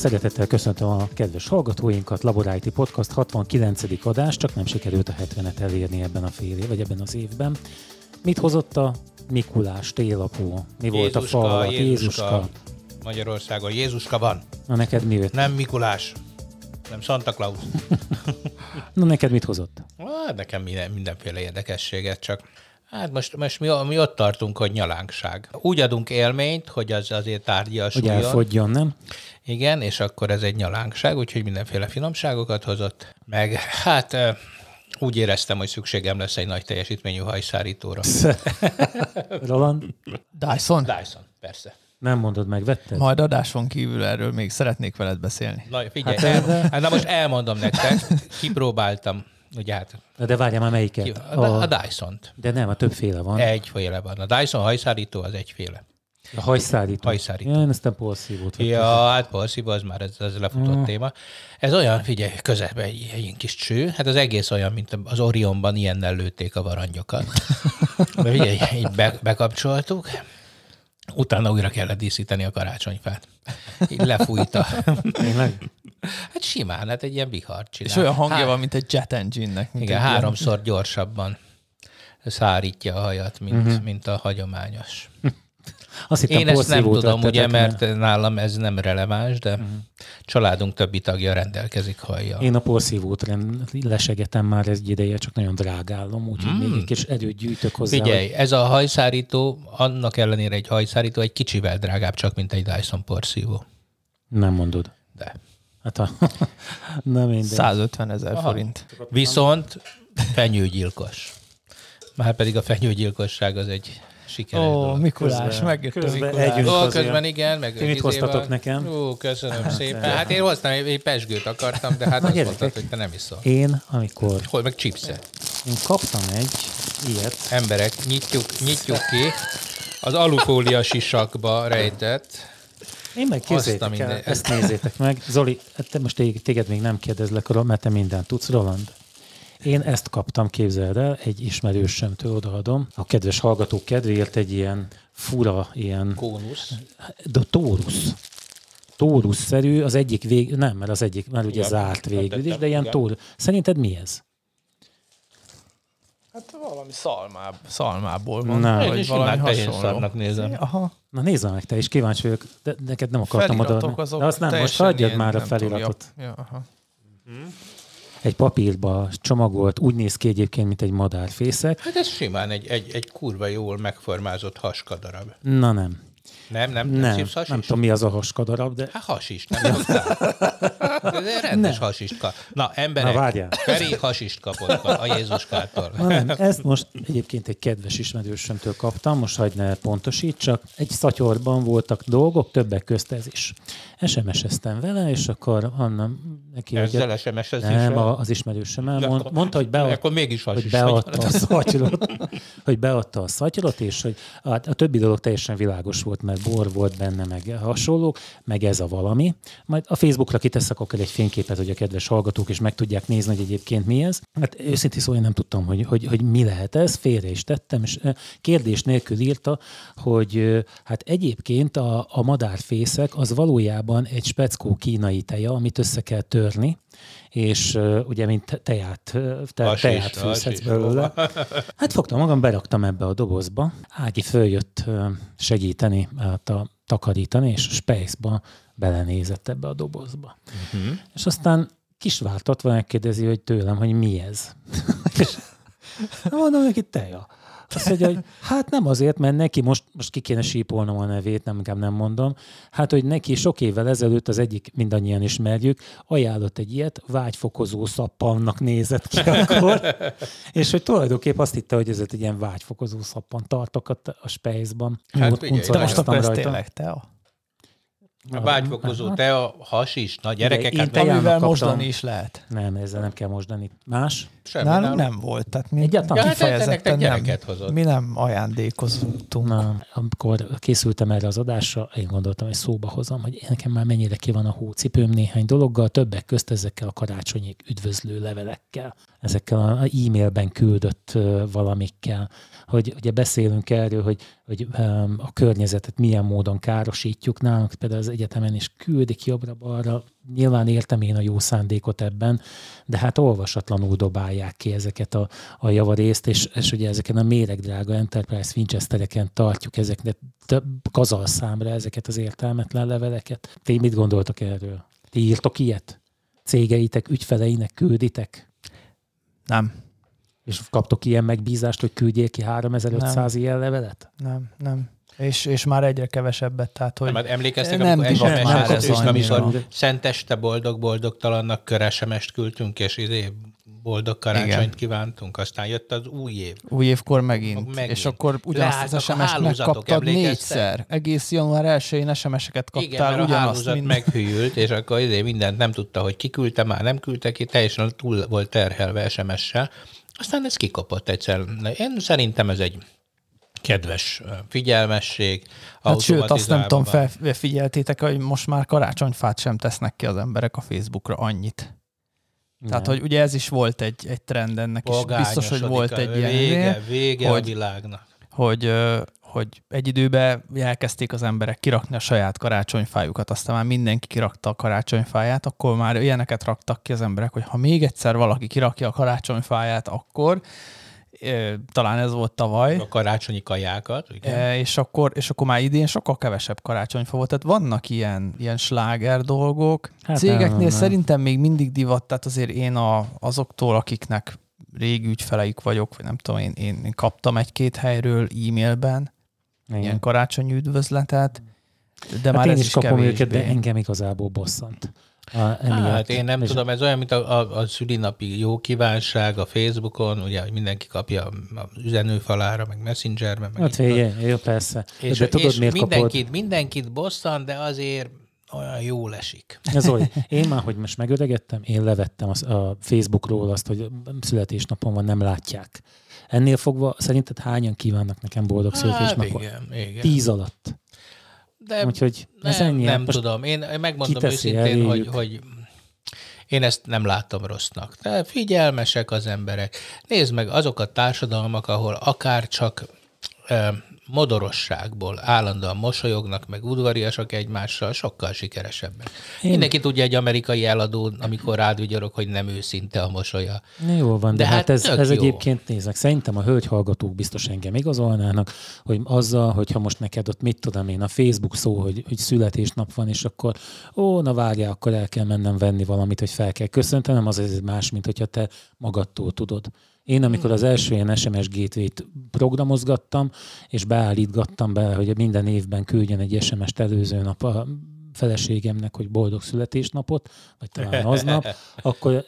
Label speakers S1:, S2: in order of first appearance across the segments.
S1: Szeretettel köszöntöm a kedves hallgatóinkat, Labor IT Podcast 69. adás, csak nem sikerült a 70-et elérni ebben a ebben az évben. Mit hozott a Mikulás, télapó? Mi volt a falat? Jézuska.
S2: Magyarországon Jézuska van.
S1: Na neked mi jött?
S2: Nem Mikulás, nem Santa Claus.
S1: Na neked mit hozott?
S2: Nekem mindenféle érdekességet, csak hát most mi ott tartunk, hogy nyalánkság. Úgy adunk élményt, hogy az azért tárgyasuljon.
S1: Hogy elfogjon, nem?
S2: Igen, és akkor ez egy nyalánkság, úgyhogy mindenféle finomságokat hozott. Meg hát úgy éreztem, hogy szükségem lesz egy nagy teljesítményű hajszárítóra.
S1: Roland?
S3: Dyson?
S2: Dyson, persze.
S1: Nem mondod meg, vetted?
S3: Majd adáson kívül erről még szeretnék veled beszélni.
S2: Na figyelj, na most elmondom nektek, kipróbáltam. Ugye hát,
S1: de várjál már melyiket?
S2: A Dyson-t.
S1: De nem, a többféle van.
S2: Egyféle van. A Dyson hajszárító az egyféle.
S1: A hajszárító.
S2: Hajszárító.
S1: Én aztán porszívót vettem.
S2: Ja, hát porszívó, az már ez lefutott téma. Ez olyan, figyelj, közepben egy ilyen kis cső, hát az egész olyan, mint az Orionban, ilyennel lőtték a varangyokat. De figyelj, így bekapcsoltuk, utána újra kellett díszíteni a karácsonyfát. Így lefújta.
S1: Tényleg?
S2: Hát simán, hát egy ilyen vihar csinál.
S3: És olyan hangja van, mint egy jet engine-nek.
S2: Igen, 3-szor gyorsabban szárítja a hajat, mint a hagyományos. Én ezt nem tudom, ugye, mert nálam ez nem releváns, de családunk többi tagja rendelkezik hajjal.
S1: Én a porszívót lesegetem már egy ideje, csak nagyon drágálom, úgyhogy még egy kis erőt gyűjtök hozzá.
S2: Figyelj, ez a hajszárító, annak ellenére egy hajszárító egy kicsivel drágább, csak mint egy Dyson porszívó.
S1: Nem mondod.
S2: De.
S1: Hát nem mindegy.
S3: 150 000 forint.
S2: Viszont fenyőgyilkos. Már pedig a fenyőgyilkosság az egy sikeres dolog.
S3: Mikulás, megjött a Mikulás.
S2: Közben igen, meg
S1: ti mit hoztatok nekem?
S2: Köszönöm szépen. Hát én hoztam, egy pesgőt akartam, de hát azt mondtad, hogy te nem iszol.
S1: Én, amikor...
S2: Hol meg chipset?
S1: Én kaptam egy ilyet.
S2: Emberek, nyitjuk ki. Az alufólia sisakba rejtett.
S1: Én meg képzeljétek el, ezt nézzétek meg. Zoli, most téged még nem kérdezlek, mert te mindent tudsz, Roland. Én ezt kaptam, képzeld el, egy ismerősömtől odaadom. A kedves hallgatók kedvéért egy ilyen fura, ilyen...
S2: Kónusz.
S1: De Tórusz-szerű, az egyik vég... Nem, mert az egyik, mert ugye zárt végül is, de ilyen tórusz. Szerinted mi ez?
S3: Hát valami szalmából van.
S1: Na,
S2: vagy valami hasonló. Nézem.
S3: Aha.
S1: Na nézd meg te is, kíváncsi vagyok, de neked nem akartam odaadni. De azt nem, most hagyjad már a feliratot.
S3: Ja, aha.
S1: Egy papírba csomagolt, úgy néz ki egyébként, mint egy madárfészek.
S2: Hát ez simán egy kurva jól megformázott haskadarab.
S1: Na nem.
S2: Nem szívsz hasist?
S1: Nem tudom, mi az a haskadarab, de...
S2: Hát hasist, nem ez rendes hasist kap. Na, emberek, Feri hasist kapott a Jézuskától.
S1: Na nem, ezt most egyébként egy kedves ismerősömtől kaptam, most hagyd ne pontosítsak. Egy szatyorban voltak dolgok, többek közt ez is. SMS-eztem vele, és akkor Anna neki...
S2: Ezzel SMS-ezni is?
S1: Nem, az ismerősöm mondta, hogy beadta a szatyorot, és hogy a többi dolog teljesen világos volt, mert bor volt benne, meg hasonlók, meg ez a valami. Majd a Facebookra kiteszek akkor egy fényképet, hogy a kedves hallgatók is meg tudják nézni, hogy egyébként mi ez. Hát őszintén szóval én nem tudtam, hogy mi lehet ez, félre is tettem, és kérdés nélkül írta, hogy hát egyébként a madárfészek az valójában egy speckó kínai teja, amit össze kell törni, és ugye mint teját főzhetsz belőle. Hát fogtam magam, beraktam ebbe a dobozba. Ági följött segíteni, takarítani, és a Space-ba belenézett ebbe a dobozba. És aztán kisváltatva megkérdezi, hogy tőlem, hogy mi ez. És mondom neki, teja. Azt mondja, hogy hát nem azért, mert neki most ki kéne sípolnom a nevét, inkább nem mondom. Hát, hogy neki sok évvel ezelőtt az egyik, mindannyian ismerjük, ajánlott egy ilyet, vágyfokozó szappannak nézett ki akkor, és hogy tulajdonképp azt hitte, hogy ez egy ilyen vágyfokozó szappan tartok a Space-ban.
S2: Hát figyelj,
S3: ez tényleg tea.
S2: A vágyfokozó tea, hasis, na gyerekek, hát
S3: amivel mosdani is lehet.
S1: Nem, ezzel nem kell mosdani. Más?
S3: Nálunk nem volt, tehát mi
S1: kifejezetten
S3: nem. Mi nem ajándékoztunk.
S1: Na, amikor készültem erre az adásra, én gondoltam, hogy szóba hozom, hogy nekem már mennyire ki van a hócipőm néhány dologgal, többek közt ezekkel a karácsonyi üdvözlő levelekkel. ezekkel a e-mailben küldött valamikkel, hogy ugye beszélünk erről, hogy a környezetet milyen módon károsítjuk. Nálunk például az egyetemen is küldik jobbra-balra. Nyilván értem én a jó szándékot ebben, de hát olvasatlanul dobálják ki ezeket a javarészt, és ugye ezeken a méregdrága Enterprise Winchestereken tartjuk ezeket kazalszámra ezeket az értelmetlen leveleket. Ti mit gondoltok erről? Ti írtok ilyet? Cégeitek, ügyfeleinek külditek?
S3: Nem.
S1: És kaptok ilyen megbízást, hogy küldjél ki 3500 ilyen levelet?
S3: Nem. És már egyre kevesebbet. Tehát, hogy
S2: nem, emlékeztek,
S3: nem
S2: amikor
S3: SMS-t
S2: Szenteste boldog-boldogtalannak kör SMS-t küldtünk, és boldog karácsonyt kívántunk, aztán jött az új év.
S3: Új évkor megint. És akkor ugyanazt az SMS-t megkaptad 4-szer. Egész január 1-én SMS-eket kaptál.
S2: Igen, mert a hálózat meghűlt, és akkor mindent nem tudta, hogy ki küldte, már nem küldte ki, teljesen túl volt terhelve SMS-sel. Aztán ez kikapott egyszer. Én szerintem ez egy kedves figyelmesség.
S3: Hát sőt, azt nem tudom, figyeltétek, hogy most már karácsonyfát sem tesznek ki az emberek a Facebookra annyit. Tehát, hogy ugye ez is volt egy trend ennek, és biztos, hogy volt egy ilyen
S2: vége a világnak.
S3: Hogy egy időben elkezdték az emberek kirakni a saját karácsonyfájukat, aztán már mindenki kirakta a karácsonyfáját, akkor már ilyeneket raktak ki az emberek, hogy ha még egyszer valaki kirakja a karácsonyfáját, akkor talán ez volt tavaly.
S2: A karácsonyi kajákat.
S3: És akkor már idén sokkal kevesebb karácsonyfa volt. Tehát vannak ilyen sláger dolgok. Hát cégeknél szerintem még mindig divat, tehát azért én azoktól, akiknek régi ügyfeleik vagyok, vagy nem tudom, én kaptam egy-két helyről e-mailben ilyen karácsonyi üdvözletet, de hát már
S1: én
S3: ez
S1: is kapom
S3: kevésbé.
S1: őket, de engem igazából bosszant.
S2: Hát én nem tudom, ez olyan, mint a szülinapi jó kívánság a Facebookon, ugye, hogy mindenki kapja az üzenőfalára, meg Messengerben. Meg
S1: hát jó, persze.
S2: És,
S1: de tudod,
S2: és
S1: miért
S2: mindenkit bosszant, de azért olyan jól esik.
S1: Zoli, én már, hogy most megöregettem, én levettem a Facebookról azt, hogy születésnapon van, nem látják. Ennél fogva szerinted hányan kívánnak nekem boldog születésnapot?
S2: Igen.
S1: 10 alatt.
S2: De
S1: úgyhogy ez ennyi.
S2: Nem tudom. Én megmondom őszintén, hogy én ezt nem látom rossznak. De figyelmesek az emberek. Nézd meg azok a társadalmak, ahol akár csak modorosságból állandóan mosolyognak, meg udvariasak egymással, sokkal sikeresebbek. Mindenki tudja egy amerikai eladó, amikor rád vigyorog, hogy nem őszinte a mosolya.
S1: Jó van, de hát ez egyébként néznek. Szerintem a hölgyhallgatók biztos engem igazolnának, hogy azzal, hogyha most neked ott mit tudom én, a Facebook szó, hogy születésnap van, és akkor na várjál, akkor el kell mennem venni valamit, hogy fel kell köszöntenem, az ez más, mint hogyha te magadtól tudod. Én, amikor az első ilyen SMS gateway-t programozgattam, és beállítgattam be, hogy minden évben küldjön egy SMS-t előző nap a feleségemnek, hogy boldog születésnapot, vagy talán aznap, akkor...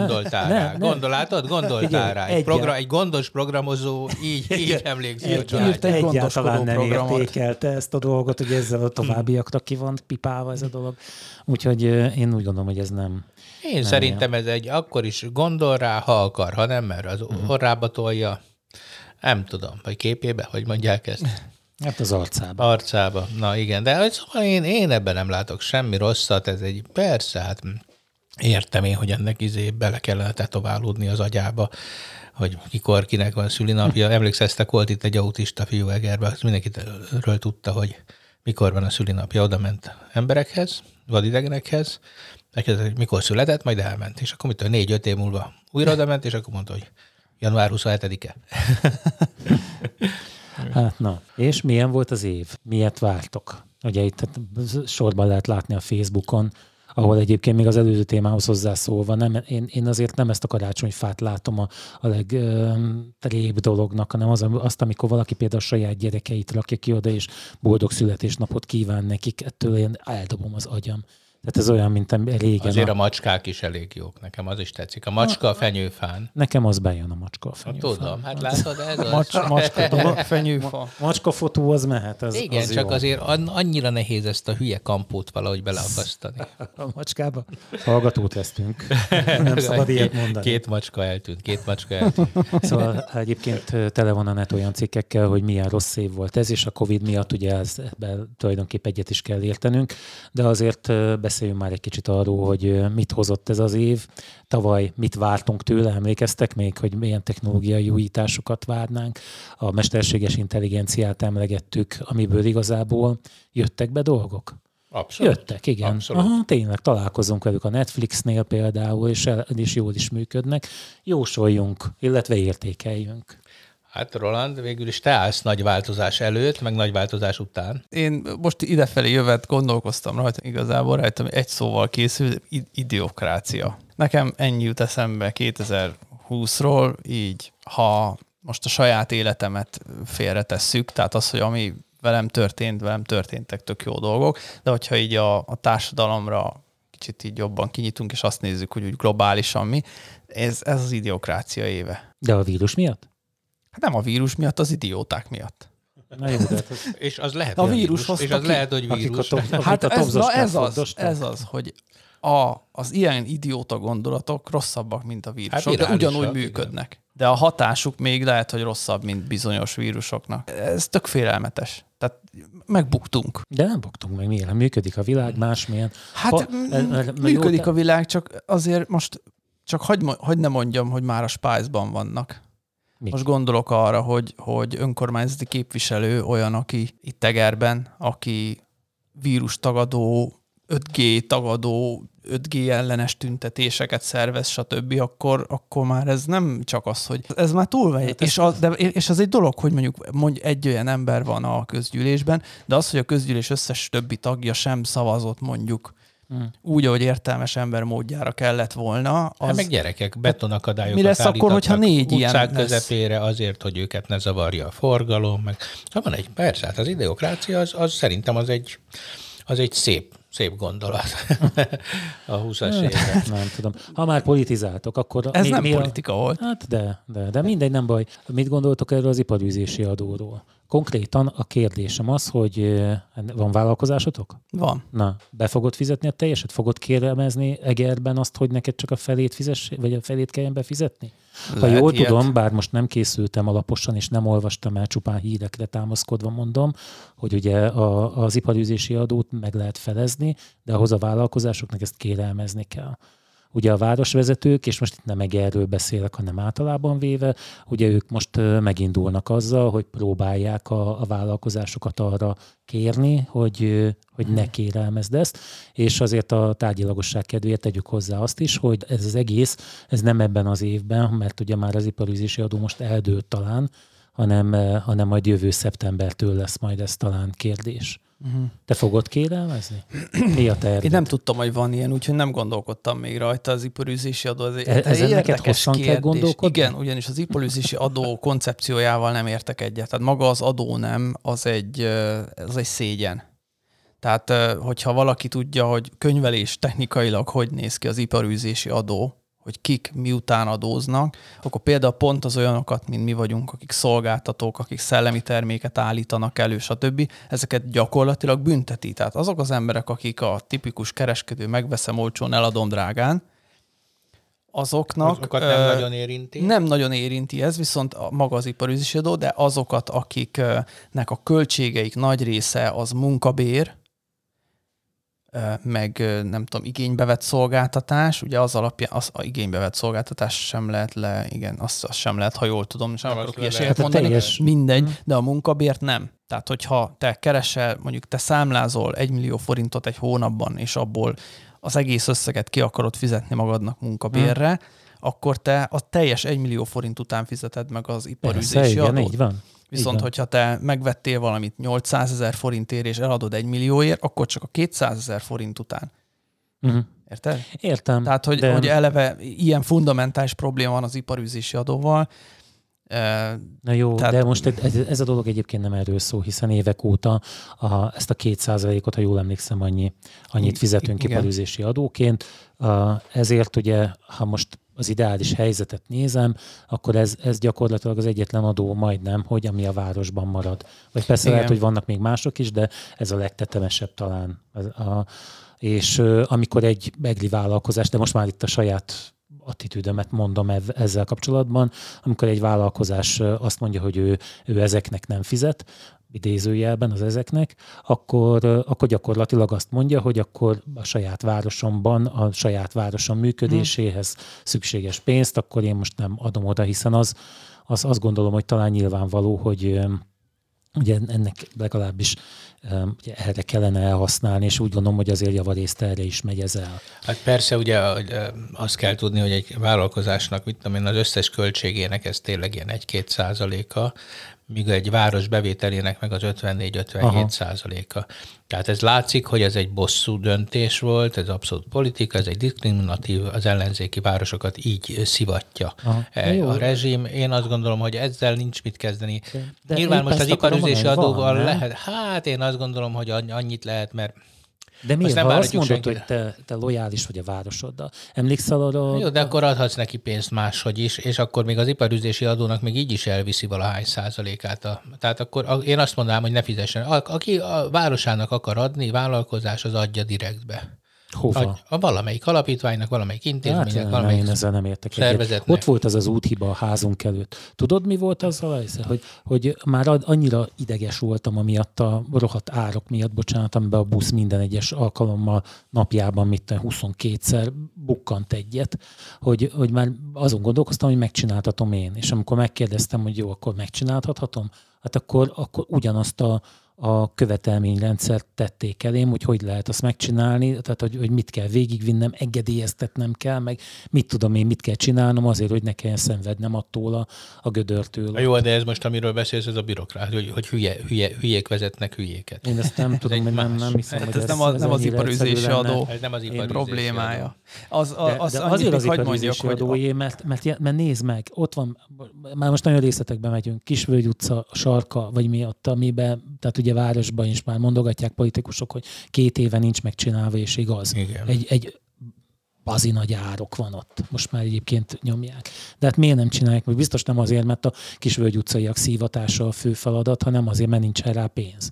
S2: Gondoltál rá. Egy gondos programozó így emlékszik a családja.
S1: Egyáltalán nem értékelte ezt a dolgot, hogy ezzel a továbbiakra ki van pipálva ez a dolog. Úgyhogy én úgy gondolom, hogy ez nem...
S2: Én szerintem ez akkor is gondol rá, ha akar, ha nem, mert az orrába tolja. Nem tudom, vagy képébe, hogy mondják ezt.
S1: Hát az arcába.
S2: Arcába, na igen, de szóval én ebben nem látok semmi rosszat, ez egy persze, hát értem én, hogy ennek bele kellene tetoválódni az agyába, hogy mikor kinek van szülinapja. Emlékszeztek, volt itt egy autista fiú Egerben, az mindenkiről tudta, hogy mikor van a szülinapja, oda ment emberekhez, vadidegenekhez, megkérdezte, hogy mikor született, majd elment. És akkor 4-5 év múlva újra oda ment, és akkor mondta, hogy január 27-e.
S1: Hát na, és milyen volt az év? Miért vártok? Ugye itt sorban lehet látni a Facebookon, ahol egyébként még az előző témához hozzászólva, én azért nem ezt a karácsonyfát látom a legtrébb dolognak, hanem azt, amikor valaki például a saját gyerekeit rakja ki oda, és boldog születésnapot kíván nekik, ettől én eldobom az agyam. Tehát ez olyan, mint régen.
S2: Azért a macskák is elég jók. Nekem az is tetszik. A macska a fenyőfán.
S1: Nekem az bejön a macska a fenyőfán.
S2: Tudom, hát látod, ez az.
S3: Macska fenyőfa.
S1: Macska fotó az mehet.
S2: Igen,
S1: az
S2: csak
S1: jó.
S2: Azért annyira nehéz ezt a hülye kampót valahogy beleakasztani.
S1: A macskába? Hallgatót vesztünk. Nem szabad ilyet mondani.
S2: Két macska eltűnt.
S1: Szóval egyébként tele van a net olyan cikkekkel, hogy milyen rossz év volt ez, és a Covid miatt ugye ebben tulajdonképpen egyet is kell értenünk, de azért beszéljünk már egy kicsit arról, hogy mit hozott ez az év. Tavaly mit vártunk tőle, emlékeztek még, hogy milyen technológiai újításokat várnánk. A mesterséges intelligenciát emlegettük, amiből igazából jöttek be dolgok.
S2: Abszolút.
S1: Jöttek, igen.
S2: Abszolút.
S1: Aha, tényleg találkozunk velük a Netflixnél például, és jól is működnek. Jósoljunk, illetve értékeljünk.
S2: Hát Roland, végül is te állsz nagy változás előtt, meg nagy változás után.
S3: Én most idefelé jövet gondolkoztam rajta, igazából rajtam egy szóval készül, idiokrácia. Nekem ennyi jut eszembe 2020-ról, így ha most a saját életemet félretesszük, tehát az, hogy ami velem történtek tök jó dolgok, de hogyha így a társadalomra kicsit így jobban kinyitunk, és azt nézzük, hogy úgy globálisan mi, ez az idiokrácia éve.
S1: De a vírus miatt?
S3: Hát nem a vírus miatt, az idióták miatt.
S1: Na jó, de
S2: És az lehet,
S3: A
S2: hogy
S3: vírus
S2: vírus,
S3: hozta
S2: és az
S3: ki.
S2: lehet, hogy vírus.
S3: Hát ez az, hogy az ilyen idióta gondolatok rosszabbak, mint a vírusok, de ugyanúgy működnek. Igen. De a hatásuk még lehet, hogy rosszabb, mint bizonyos vírusoknak. Ez tök félelmetes. Tehát megbuktunk.
S1: De nem buktunk meg, miért? Működik a világ másmilyen.
S3: Hát működik a világ, csak azért most csak hagy ne mondjam, hogy már a Spice-ban vannak.
S1: Mik?
S3: Most gondolok arra, hogy önkormányzati képviselő olyan, aki itt Egerben, aki vírus tagadó, 5G tagadó, 5G ellenes tüntetéseket szervez, stb., akkor már ez nem csak az, hogy ez már túlmegy. És az egy dolog, hogy mondjuk egy olyan ember van a közgyűlésben, de az, hogy a közgyűlés összes többi tagja sem szavazott mondjuk úgy, ahogy értelmes ember módjára kellett volna.
S2: Hát meg gyerekek betonakadályokat
S3: mi lesz akkor, hogyha 4 ilyen
S2: utcák közepére azért, hogy őket ne zavarja a forgalom. Meg. Van egy, persze, hát az idiokrácia, az szerintem az egy szép gondolat a 20-as évben.
S1: Nem tudom. Ha már politizáltok, akkor...
S3: Ez nem politika volt.
S1: Hát de mindegy, nem baj. Mit gondoltok erről az iparűzési adóról? Konkrétan a kérdésem az, hogy van vállalkozásotok?
S3: Van.
S1: Na, be fogod fizetni a teljeset? Fogod kérelmezni Egerben azt, hogy neked csak a felét fizess, vagy a felét kelljen befizetni? Ha jól tudom, bár most nem készültem alaposan, és nem olvastam el, csupán hírekre támaszkodva mondom, hogy ugye az iparűzési adót meg lehet felezni, de ahhoz a vállalkozásoknak ezt kérelmezni kell. Ugye a városvezetők, és most itt nem Egerről beszélek, hanem általában véve, ugye ők most megindulnak azzal, hogy próbálják a vállalkozásokat arra kérni, hogy ne kérelmezd ezt, és azért a tárgyilagosság kedvéért tegyük hozzá azt is, hogy ez az egész, ez nem ebben az évben, mert ugye már az iparűzési adó most eldőlt talán, hanem majd jövő szeptembertől lesz majd ez talán kérdés. Te fogod kérelmezni? Mi a terved?
S3: Én nem tudtam, hogy van ilyen, úgyhogy nem gondolkodtam még rajta az iparűzési adó.
S1: Ezen neked hosszan kell gondolkodni?
S3: Igen, ugyanis az iparűzési adó koncepciójával nem értek egyet. Tehát maga az adó nem, az egy szégyen. Tehát, hogyha valaki tudja, hogy könyvelés technikailag hogy néz ki az iparűzési adó, hogy kik miután adóznak, akkor például pont az olyanokat, mint mi vagyunk, akik szolgáltatók, akik szellemi terméket állítanak elő, stb. Ezeket gyakorlatilag bünteti. Tehát azok az emberek, akik a tipikus kereskedő, megveszem olcsón, eladom drágán, azokat
S2: nem nagyon érinti.
S3: Nem nagyon érinti ez, viszont maga az iparűzési adó, de azokat, akiknek a költségeik nagy része az munkabér, meg nem tudom, igénybe vett szolgáltatás, ugye az alapján, az igénybe vett szolgáltatás sem lehet azt sem lehet, ha jól tudom, és nem akarok ilyeséget mondani, mindegy, de a munkabért nem. Tehát, hogyha te keresel, mondjuk te számlázol 1 millió forintot egy hónapban, és abból az egész összeget ki akarod fizetni magadnak munkabérre, akkor te a teljes 1 millió forint után fizeted meg az iparűzési adót.
S1: Így van.
S3: Viszont, hogyha te megvettél valamit 800 000 forintért, és eladod 1 millióért, akkor csak a 200 000 forint után. Érted?
S1: Értem.
S3: Tehát, hogy eleve ilyen fundamentális probléma van az iparűzési adóval.
S1: Na jó, de most ez a dolog egyébként nem erről szól, hiszen évek óta ezt a 2%-ot, ha jól emlékszem, annyit fizetünk iparűzési adóként. Ezért ugye, ha most az ideális helyzetet nézem, akkor ez gyakorlatilag az egyetlen adó majdnem, hogy ami a városban marad. Vagy persze lehet, hogy vannak még mások is, de ez a legtetemesebb talán. És amikor egy egri vállalkozás, de most már itt a saját attitűdömet mondom ezzel kapcsolatban, amikor egy vállalkozás azt mondja, hogy ő ezeknek nem fizet, idézőjelben az ezeknek, akkor gyakorlatilag azt mondja, hogy akkor a saját városomban, a saját városom működéséhez szükséges pénzt, akkor én most nem adom oda, hiszen azt gondolom, hogy talán nyilvánvaló, hogy ugye ennek legalábbis ugye erre kellene elhasználni, és úgy gondolom, hogy azért javarészt erre is megy ez el.
S2: Hát persze, ugye azt kell tudni, hogy egy vállalkozásnak, mit tudom én, az összes költségének ez tényleg ilyen 1-2%, míg egy város bevételének meg az 54-57%. Tehát ez látszik, hogy ez egy bosszú döntés volt, ez abszolút politika, ez egy diszkriminatív, az ellenzéki városokat így szivatja a rezsim. Én azt gondolom, hogy ezzel nincs mit kezdeni. De nyilván most az iparüzési adóval lehet, hát én azt gondolom, hogy annyit lehet, mert
S1: de miért? Ha azt mondod, hogy te lojális vagy a városoddal. Emlékszel arra?
S2: Jó, de akkor adhatsz neki pénzt máshogy is, és akkor még az iparüzési adónak még így is elviszi valahány százalékát. Tehát akkor én azt mondanám, hogy ne fizessen. Aki a városának akar adni, vállalkozás, az adja direktbe.
S1: Hova?
S2: A valamelyik alapítványnak, valamelyik intézménynek, valamelyik
S1: én ezzel nem értek
S2: szervezetnek.
S1: Ott volt az az úthiba a házunk előtt. Tudod, mi volt azzal? Hogy már annyira ideges voltam, amiatt a rohadt árok miatt, bocsánat, amiben a busz minden egyes alkalommal napjában 22-szer bukkant egyet, hogy már azon gondolkoztam, hogy megcsináltatom én. És amikor megkérdeztem, hogy jó, akkor megcsináltathatom, hát akkor ugyanazt a követelményrendszert tették elém, hogy lehet azt megcsinálni, tehát hogy mit kell végigvinnem, engedélyeztetnem kell, meg mit tudom én, mit kell csinálnom azért, hogy ne kelljen szenvednem attól a gödörtől.
S2: Na jó, de ez most, amiről beszélsz, ez a bürokrát, hogy hülyék vezetnek hülyéket.
S1: Én ezt nem tudom, nem hiszem, hogy
S3: ez nem az iparüzési adó problémája.
S1: Azért az iparüzési adóé, mert nézd meg, ott van, már most nagyon részletekbe megyünk, Kisvölgy utca, sarka, vagy mi ott, amiben, tehát ugye városban is már mondogatják politikusok, hogy 2 éve nincs megcsinálva, és igaz. Egy bazi nagy árok van ott. Most már egyébként nyomják. De hát miért nem csinálják? Mert biztos nem azért, mert a Kisvölgy utcaiak szívatása a fő feladat, hanem azért, mert nincsen rá pénz.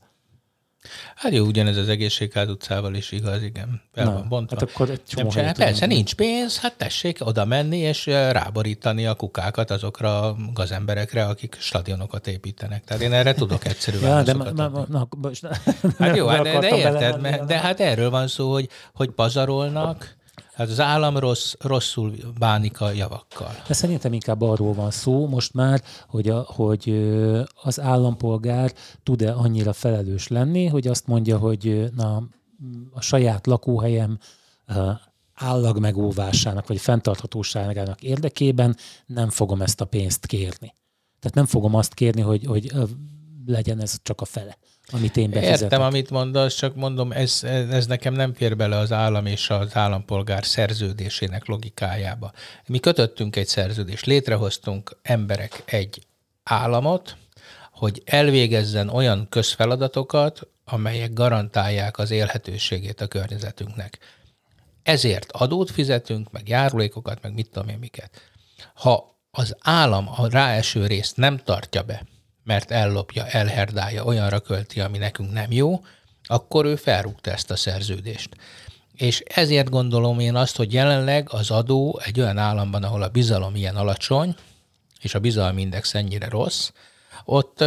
S2: Hát jó, ugyanez az Egészségház utcával is igaz, igen. Van bontva.
S1: Hát akkor
S2: persze, nincs pénz, hát tessék oda menni, és ráborítani a kukákat azokra a gazemberekre, akik stadionokat építenek. Tehát én erre tudok egyszerű válaszokat adni. Hát jó, de érted, de hát erről van szó, hogy pazarolnak. Hát az állam rosszul bánik a javakkal.
S1: De szerintem inkább arról van szó most már, hogy az állampolgár tud-e annyira felelős lenni, hogy azt mondja, hogy a saját lakóhelyem állag megóvásának, vagy fenntarthatóságának érdekében nem fogom ezt a pénzt kérni. Tehát nem fogom azt kérni, hogy legyen ez csak a fele, amit én befizetek.
S2: Értem, amit mondasz, csak mondom, ez nekem nem fér bele az állam és az állampolgár szerződésének logikájába. Mi kötöttünk egy szerződést, létrehoztunk emberek egy államot, hogy elvégezzen olyan közfeladatokat, amelyek garantálják az élhetőségét a környezetünknek. Ezért adót fizetünk, meg járulékokat, meg mit tudom én miket. Ha az állam a ráeső részt nem tartja be, mert ellopja, elherdálja, olyanra költi, ami nekünk nem jó, akkor ő felrúgta ezt a szerződést. És ezért gondolom én azt, hogy jelenleg az adó egy olyan államban, ahol a bizalom ilyen alacsony, és a bizalmi index ennyire rossz, ott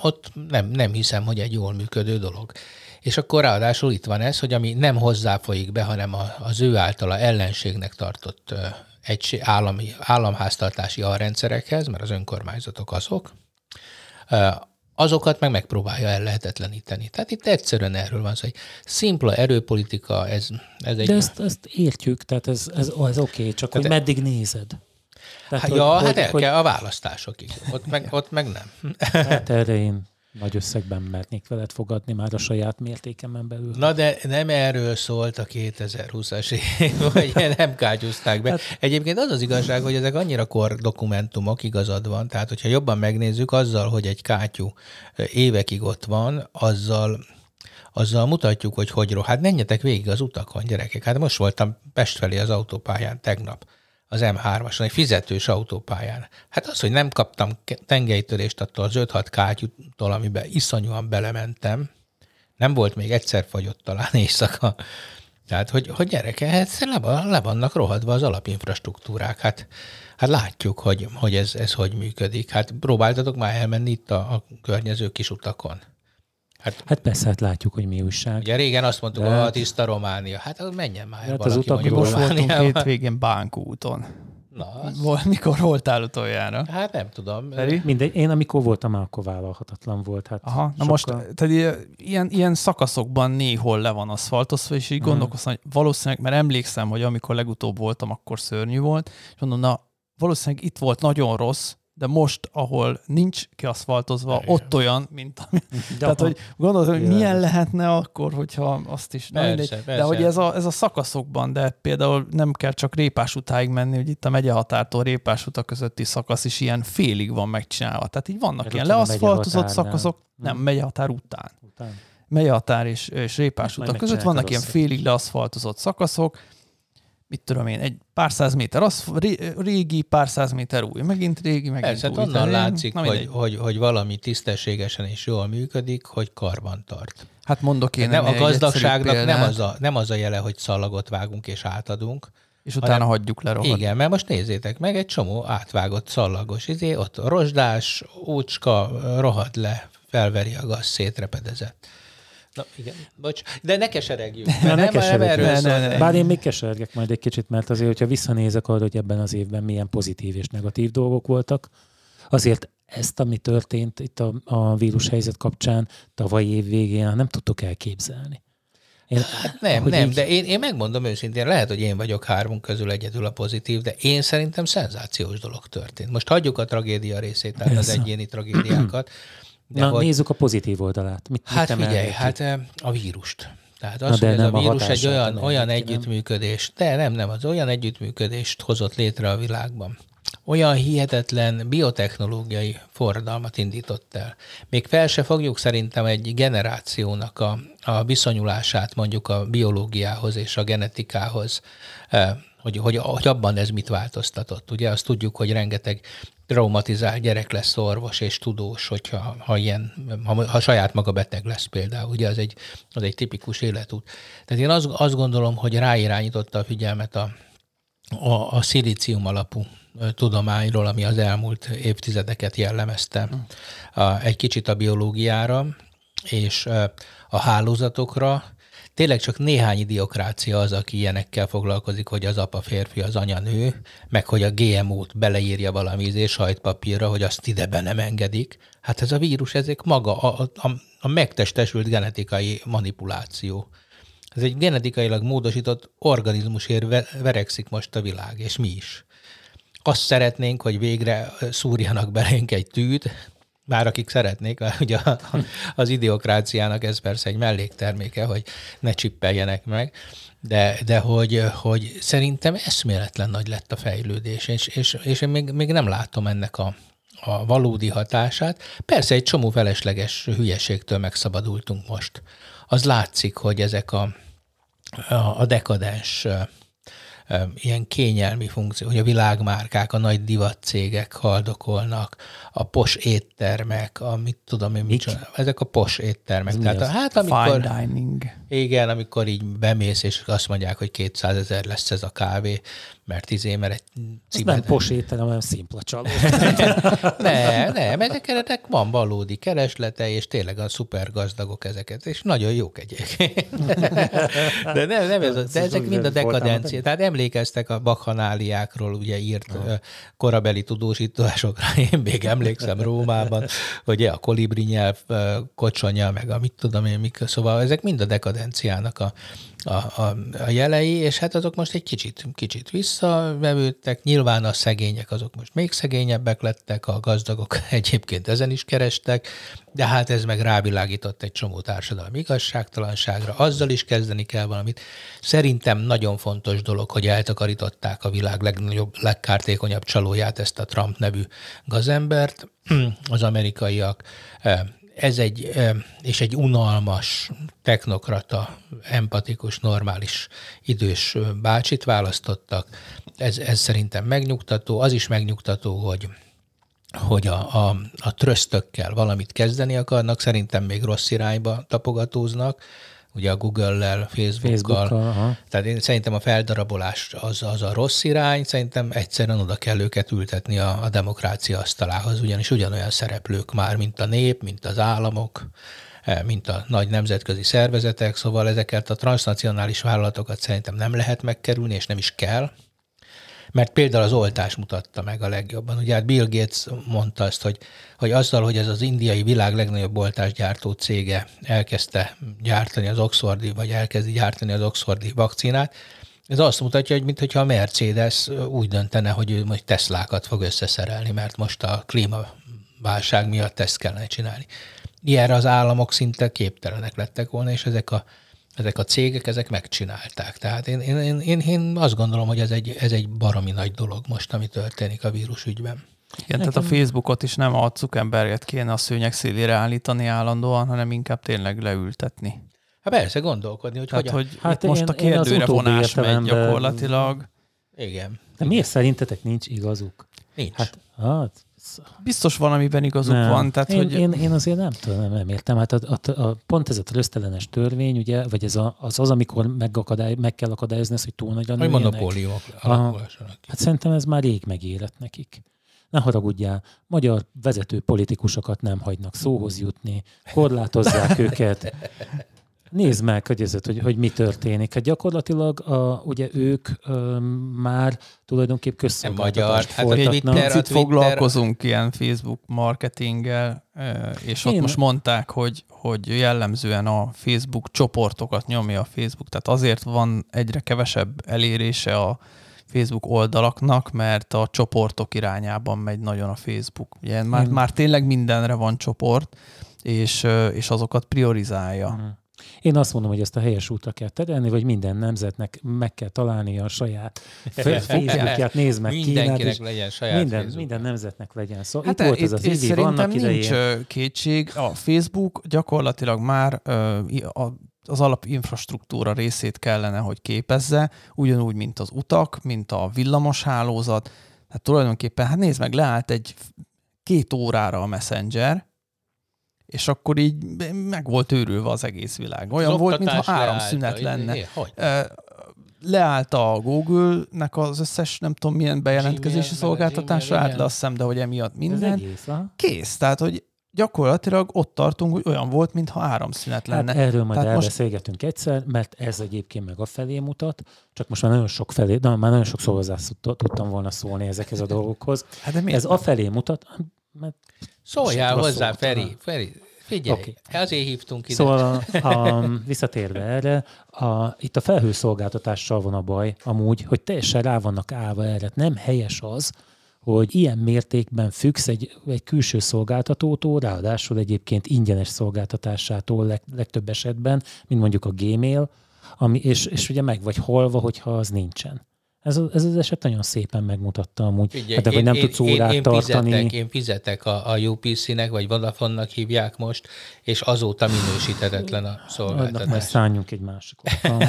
S2: nem hiszem, hogy egy jól működő dolog. És akkor ráadásul itt van ez, hogy ami nem hozzáfolyik be, hanem az ő általa ellenségnek tartott államháztartási alrendszerekhez, mert az önkormányzatok azok, azokat megpróbálja ellehetetleníteni. Tehát itt egyszerűen erről van szó, hogy szimpla erőpolitika, ez egy...
S1: De ezt értjük, tehát ez oké, csak tehát hogy meddig nézed.
S2: Tehát, kell a választásokig. Ott meg nem.
S1: Hát erre én nagy összegben mernék veled fogadni már a saját mértékemen belül.
S2: Na de nem erről szólt a 2020-as év, vagy nem kátyúzták be. Hát, egyébként az igazság, hogy ezek annyira kor dokumentumok, igazad van, tehát hogyha jobban megnézzük, azzal, hogy egy kátyú évekig ott van, azzal mutatjuk, hogy hát menjetek végig az utakon, gyerekek. Hát most voltam Pest felé az autópályán tegnap, az M3-ason, egy fizetős autópályán. Hát az, hogy nem kaptam tengelytörést attól az 5-6 kátyútól, amiben iszonyúan belementem, nem volt még egyszer fagyott talán éjszaka. Tehát, hogy gyerekek, hát le vannak rohadva az alapinfrastruktúrák. Hát látjuk, hogy ez hogy működik. Hát próbáltatok már elmenni itt a környező kis utakon.
S1: Hát persze, hát látjuk, hogy mi újság.
S2: Ugye régen azt mondtuk, hogy a tiszta Románia. Hát az menjen már
S1: Hát
S2: valaki mondjuk
S3: Most voltunk
S2: Romániában.
S3: hétvégén Bánkúton.
S2: Na,
S3: Mikor voltál utoljára?
S2: hát nem tudom.
S3: Feri?
S1: Mindegy, én amikor voltam, akkor vállalhatatlan volt. Hát
S3: Aha, na
S1: sokkal...
S3: most tehát ilyen szakaszokban néhol le van aszfaltozva, és így gondolkoztam, hogy valószínűleg, mert emlékszem, hogy amikor legutóbb voltam, akkor szörnyű volt, és mondom, na valószínűleg itt volt nagyon rossz, de most, ahol nincs kiaszfaltozva, ott olyan, mint ami... Tehát, hogy gondoltam, hogy milyen lehetne akkor, hogyha azt is...
S2: Persze.
S3: De hogy ez a szakaszokban, de például nem kell csak Répásutáig menni, hogy itt a megyehatártól Répásuta közötti szakasz is ilyen félig van megcsinálva. Tehát így vannak
S1: Ez
S3: ilyen
S1: ott van a
S3: leaszfaltozott
S1: megyehatárnál.
S3: szakaszok, nem, megyehatár után.
S1: Után.
S3: Megyehatár és Répásuta
S1: Majd
S3: között vannak ilyen
S1: megcsináltad
S3: félig leaszfaltozott szakaszok, mit tudom én, egy pár száz méter régi, pár száz méter új, megint régi, megint
S2: Persze,
S3: új.
S2: onnan látszik,
S3: Na,
S2: hogy valami tisztességesen és jól működik, hogy karban tart.
S3: Hát mondok én
S2: Nem, a
S3: egy egyszerű
S2: gazdagságnak
S3: példát,
S2: nem az a jele, hogy szalagot vágunk és átadunk.
S3: és utána hagyjuk le rohadt.
S2: Igen, mert most nézzétek meg, egy csomó átvágott szallagos ott rozsdás, úcska, rohad le, felveri a gaz, szétrepedezett. Na igen, bocs, de ne keseregjünk.
S1: Ne. Bár én még kesergek majd egy kicsit, mert azért, hogyha visszanézek arra, hogy ebben az évben milyen pozitív és negatív dolgok voltak, azért ezt, ami történt itt a vírushelyzet kapcsán tavalyi év végén, nem tudtok elképzelni.
S2: Nem, de én megmondom őszintén, lehet, hogy én vagyok hármunk közül egyedül a pozitív, de én szerintem szenzációs dolog történt. Most hagyjuk a tragédia részét, tehát az egyéni tragédiákat.
S1: Nézzük a pozitív oldalát.
S2: Hát figyelj, a vírust. Tehát az, hogy ez a vírus egy olyan együttműködést, az olyan együttműködést hozott létre a világban. Olyan hihetetlen biotechnológiai forradalmat indított el. Még fel se fogjuk szerintem egy generációnak a viszonyulását mondjuk a biológiához és a genetikához, hogy abban ez mit változtatott. Ugye azt tudjuk, hogy rengeteg traumatizált gyerek lesz orvos és tudós, ha saját maga beteg lesz például. Ugye az egy tipikus életút. Tehát én azt gondolom, hogy ráirányította a figyelmet a szilícium alapú tudományról, ami az elmúlt évtizedeket jellemezte egy kicsit a biológiára és a hálózatokra. Tényleg csak néhány idiokrácia az, aki ilyenekkel foglalkozik, hogy az apa férfi, az anya nő, meg hogy a GMO-t beleírja valami sajtpapírra, hogy azt ide be nem engedik. Hát ez a vírus, ezek maga a megtestesült genetikai manipuláció. Ez egy genetikailag módosított organizmusért verekszik most a világ, és mi is. Azt szeretnénk, hogy végre szúrjanak belénk egy tűt, bár akik szeretnék, ugye az idiokráciának ez persze egy mellékterméke, hogy ne csippeljenek meg, de hogy szerintem eszméletlen nagy lett a fejlődés, és én még nem látom ennek a valódi hatását. Persze egy csomó felesleges hülyeségtől megszabadultunk most. Az látszik, hogy ezek a dekadens ilyen kényelmi funkció, hogy a világmárkák, a nagy divatcégek haldokolnak, a pos éttermek, mit tudom én, ezek a pos éttermek. Tehát, amikor,
S3: fine dining.
S2: Igen, amikor így bemész, és azt mondják, hogy 200 000 lesz ez a kávé, mert egy
S1: nem pos étterem, hanem szimpla csaló.
S2: Nem, ezeknek van valódi kereslete, és tényleg a szuper gazdagok ezeket, és nagyon jók egyébként. De de ezek mind a dekadencia. Tehát emlékeztek a bakhanáliákról, ugye írt korabeli tudósításokra, én még emlékszem Rómában, hogy a kolibri nyelv kocsonya, meg a mit tudom én, szóval ezek mind a dekadenciának a jelei, és hát azok most egy kicsit visszavevődtek. Nyilván a szegények azok most még szegényebbek lettek, a gazdagok egyébként ezen is kerestek, de hát ez meg rávilágított egy csomó társadalmi igazságtalanságra, azzal is kezdeni kell valamit. Szerintem nagyon fontos dolog, hogy eltakarították a világ legkártékonyabb csalóját, ezt a Trump nevű gazembert, az amerikaiak. Ez egy unalmas, technokrata, empatikus, normális, idős bácsit választottak. Ez szerintem megnyugtató. Az is megnyugtató, hogy a trösztökkel valamit kezdeni akarnak, szerintem még rossz irányba tapogatóznak, ugye a Google-lel, Facebookkal. Tehát én szerintem a feldarabolás az a rossz irány, szerintem egyszerűen oda kell őket ültetni a demokrácia asztalához, ugyanis ugyanolyan szereplők már, mint a nép, mint az államok, mint a nagy nemzetközi szervezetek, szóval ezeket a transnacionális vállalatokat szerintem nem lehet megkerülni, és nem is kell. Mert például az oltás mutatta meg a legjobban. Ugye hát Bill Gates mondta azt, hogy azzal, hogy ez az indiai világ legnagyobb oltásgyártó cége elkezdte gyártani az oxfordi, vagy elkezdi gyártani az oxfordi vakcinát, ez azt mutatja, hogy mintha a Mercedes úgy döntene, hogy ő majd Teslákat fog összeszerelni, mert most a klímaválság miatt ezt kellene csinálni. Ilyenre az államok szinte képtelenek lettek volna, és ezek a cégek, ezek megcsinálták. Tehát én azt gondolom, hogy ez egy baromi nagy dolog most, ami történik a vírusügyben.
S3: Igen, tehát a Facebookot is nem a Zuckerberget kéne a szőnyeg szélére állítani állandóan, hanem inkább tényleg leültetni.
S2: Hát persze, gondolkodni, hogy
S3: tehát,
S2: hogyan.
S3: Hogy hát most a kérdőre vonás megy gyakorlatilag.
S2: Igen.
S1: De miért szerintetek nincs igazuk?
S2: Nincs.
S1: Hát
S3: biztos valamiben igazuk van. Tehát,
S1: én azért nem értem. Hát pont ez a trösztelenes törvény, ugye, vagy ez az amikor meg kell akadályozni ezt, hogy túl nagyra nőjenek.
S2: Hogy monopóliumok alakulhassanak.
S1: Hát szerintem ez már rég megérett nekik. Ne haragudjál, magyar vezető politikusokat nem hagynak szóhoz jutni, korlátozzák őket. Nézd meg, hogy mi történik. Hát gyakorlatilag ugye ők már tulajdonképp közszolgáltatást folytatnak.
S3: Picit foglalkozunk ilyen Facebook marketinggel, és ott most mondták, hogy jellemzően a Facebook csoportokat nyomja a Facebook, tehát azért van egyre kevesebb elérése a Facebook oldalaknak, mert a csoportok irányában megy nagyon a Facebook. Ugye már tényleg mindenre van csoport, és azokat priorizálja.
S1: Én azt mondom, hogy ezt a helyes útra kell terelni, vagy minden nemzetnek meg kell találni a saját Facebookját, nézd meg
S2: mindenkinek legyen saját
S1: minden nemzetnek legyen. Szóval
S3: hát
S1: itt volt ez az idő,
S3: szerintem nincs kétség. A Facebook gyakorlatilag már az alapinfrastruktúra részét kellene, hogy képezze, ugyanúgy, mint az utak, mint a villamoshálózat. Hát tulajdonképpen, hát nézd meg, leállt 2 órára a Messenger, és akkor így meg volt őrülve az egész világ. Olyan volt, mintha áramszünet lenne. Leállt a Google-nek az összes, nem tudom milyen bejelentkezési szolgáltatása, állt le, azt hiszem, de hogy emiatt minden. Kész. Tehát, hogy gyakorlatilag ott tartunk, hogy olyan volt, mintha áramszünet lenne.
S1: Hát erről majd elbeszélgetünk egyszer, mert ez egyébként meg a felé mutat, csak most már nagyon sok szavazást tudtam volna szólni ezekhez a dolgokhoz. Hát de ez a felé mutat, mert
S2: szóljál hozzá, Feri, figyelj, azért hívtunk ide.
S1: Szóval visszatérve erre, itt a felhőszolgáltatással van a baj amúgy, hogy teljesen rá vannak állva erre. Nem helyes az, hogy ilyen mértékben függsz egy külső szolgáltatótól, ráadásul egyébként ingyenes szolgáltatásától legtöbb esetben, mint mondjuk a Gmail, és ugye meg vagy halva, hogyha az nincsen. Ez az eset nagyon szépen megmutatta amúgy.
S2: Figyelj,
S1: de hogy nem tudsz órát tartani.
S2: Én fizetek a UPC-nek, vagy Vodafone-nak hívják most, és azóta minősíthetetlen a szolgáltatás.
S1: Majd szálljunk egy másikot.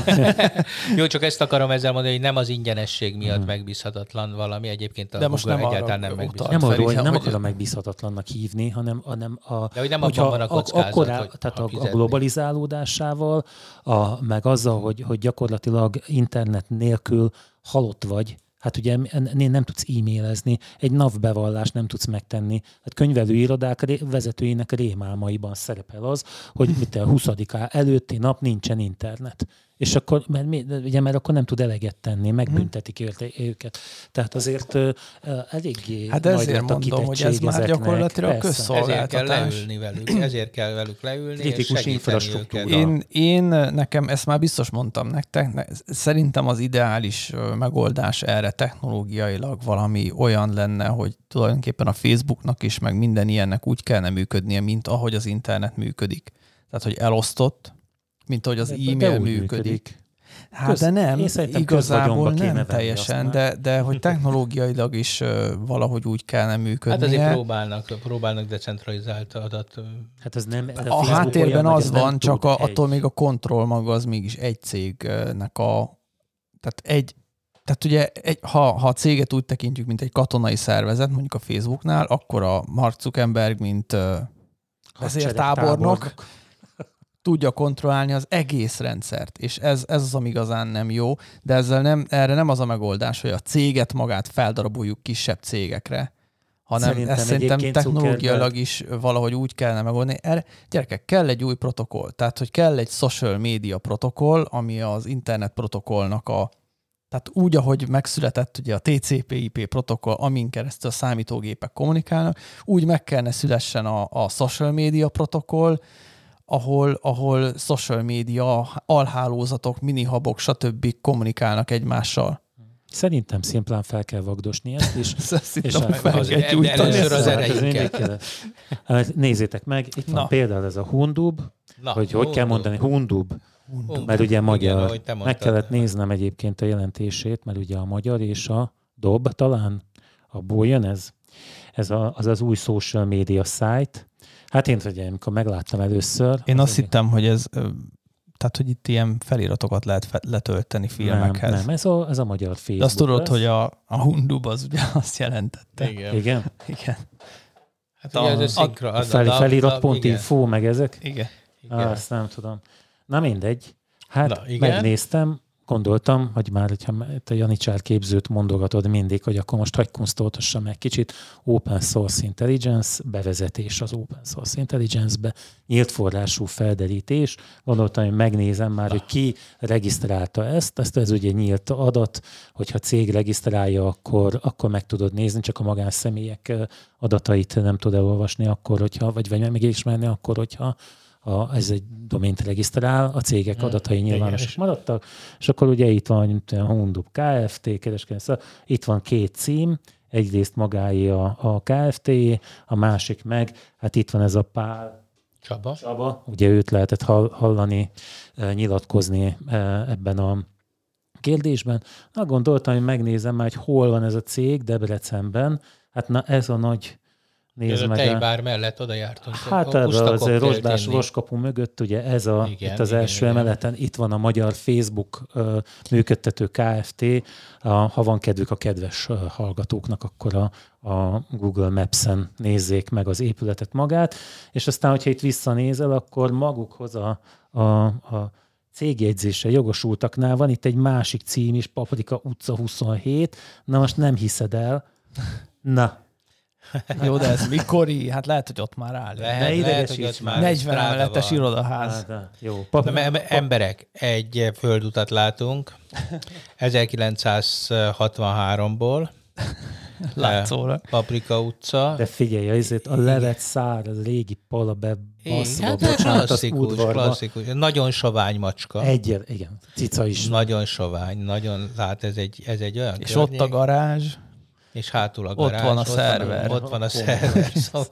S2: Jó, csak ezt akarom ezzel mondani, hogy nem az ingyenesség miatt megbízhatatlan valami, egyébként a
S3: de most
S2: Google
S3: nem
S2: egyáltalán nem megbízhatatlan.
S1: Nem akarom megbízhatatlannak hívni, hanem
S2: de hogy nem abban van a kockázat,
S1: tehát a globalizálódásával, meg azzal, hogy gyakorlatilag internet nélkül halott vagy, hát ugye nem tudsz e-mailezni, egy NAV bevallást nem tudsz megtenni. Hát könyvelőirodák vezetőinek rémálmaiban szerepel az, hogy a 20-á előtti nap nincsen internet. És akkor, mert akkor nem tud eleget tenni, megbüntetik őket. Tehát azért eléggé
S3: hát ezért mondom, hogy ez már gyakorlatilag közszolgáltatás.
S2: Ezért kell velük leülni,
S1: kritikus infrastruktúra.
S3: Nekem ezt már biztos mondtam nektek, szerintem az ideális megoldás erre technológiailag valami olyan lenne, hogy tulajdonképpen a Facebooknak is, meg minden ilyennek úgy kellene működnie, mint ahogy az internet működik. Tehát, hogy elosztott, mint ahogy az e-mail működik. Hát de nem, igazából nem teljesen, de hogy technológiailag is valahogy úgy kellene működnie.
S2: Hát azért próbálnak decentralizált adat.
S1: Hát ez nem,
S3: a háttérben az van, csak attól még a kontroll maga az mégis egy cégnek tehát ugye, ha a céget úgy tekintjük, mint egy katonai szervezet, mondjuk a Facebooknál, akkor a Mark Zuckerberg, mint vezértábornok tudja kontrollálni az egész rendszert, és ez az, ami igazán nem jó, de erre nem az a megoldás, hogy a céget magát feldaraboljuk kisebb cégekre, hanem ezt szerintem technológiailag is valahogy úgy kellene megoldani. Erre, gyerekek, kell egy új protokoll. Tehát, hogy kell egy social media protokoll, ami az internet protokollnak tehát úgy, ahogy megszületett ugye a TCP/IP protokoll, amin keresztül a számítógépek kommunikálnak, úgy meg kellene szülessen a social media protokoll, ahol social media alhálózatok, minihabok, stb. Kommunikálnak egymással.
S1: Szerintem szimplán fel kell vagdosni ezt is.
S2: Először az erejükkel.
S1: Nézzétek meg, itt van például ez a Hundub, hogy kell mondani, Hundub, mert ugye magyar. Igen, meg kellett néznem egyébként a jelentését, mert ugye a magyar és a dob talán, abból jön ez. Ez az új social media site. Hát én ugye, amikor megláttam először.
S3: Én azt hittem, hogy ez... Tehát, hogy itt ilyen feliratokat lehet letölteni filmekhez.
S1: Nem, ez a magyar Facebook.
S3: De azt tudod, hogy a Hundub az ugye azt jelentette.
S1: Igen?
S2: Hát ugye ez a
S1: felirat.info, meg ezek?
S3: Igen.
S1: Azt nem tudom. Na mindegy. Hát megnéztem, gondoltam, hogy már, hogyha te Janicsár képzőt mondogatod mindig, hogy akkor most hagyj kunsztoltassam meg kicsit Open Source Intelligence, bevezetés az Open Source Intelligence-be, nyílt forrású felderítés. Gondoltam, hogy megnézem már, hogy ki regisztrálta ezt ez ugye nyílt adat, hogyha cég regisztrálja, akkor meg tudod nézni, csak a magánszemélyek adatait nem tud elolvasni, akkor, hogyha, vagy megismerni, akkor, hogyha ez egy domént regisztrál, a cégek adatai nyilvánosak maradtak, és akkor ugye itt van a Hundub Kft. Kereskedelmi, itt van 2 cím, egyrészt magáé a Kft., a másik meg, hát itt van ez a Pál Csaba. Ugye őt lehetett hallani, nyilatkozni ebben a kérdésben. Na, gondoltam, hogy megnézem már, hogy hol van ez a cég Debrecenben. Hát na, ez a nagy...
S2: Nézd meg. A tejbár mellett oda jártunk.
S1: Hát az Rozsdás Voskapu mögött, ugye ez itt az első emeleten, itt van a magyar Facebook működtető Kft. Ha van kedvük a kedves hallgatóknak, akkor a Google Maps-en nézzék meg az épületet magát, és aztán, hogyha itt visszanézel, akkor magukhoz a cégjegyzésre jogosultaknál van itt egy másik cím is, Paprika utca 27, na most nem hiszed el. Na.
S3: Jó, de ez mikori? Hát lehet, hogy ott már áll.
S2: Lehet, hogy ott már
S3: 40 emeletes irodaház.
S1: Jó.
S2: Emberek, egy földutat látunk 1963-ból.
S3: Látszóra.
S2: Paprika utca.
S1: De figyelj, ezért a levet szár, az régi pala bebaszva,
S2: hát klasszikus. Nagyon sovány macska.
S1: Igen, cica is.
S2: Nagyon sovány, hát ez egy olyan
S3: és környék. Ott a garázs.
S2: És hátul a garázs.
S3: Ott van a szerver.
S2: Ott van a szerver.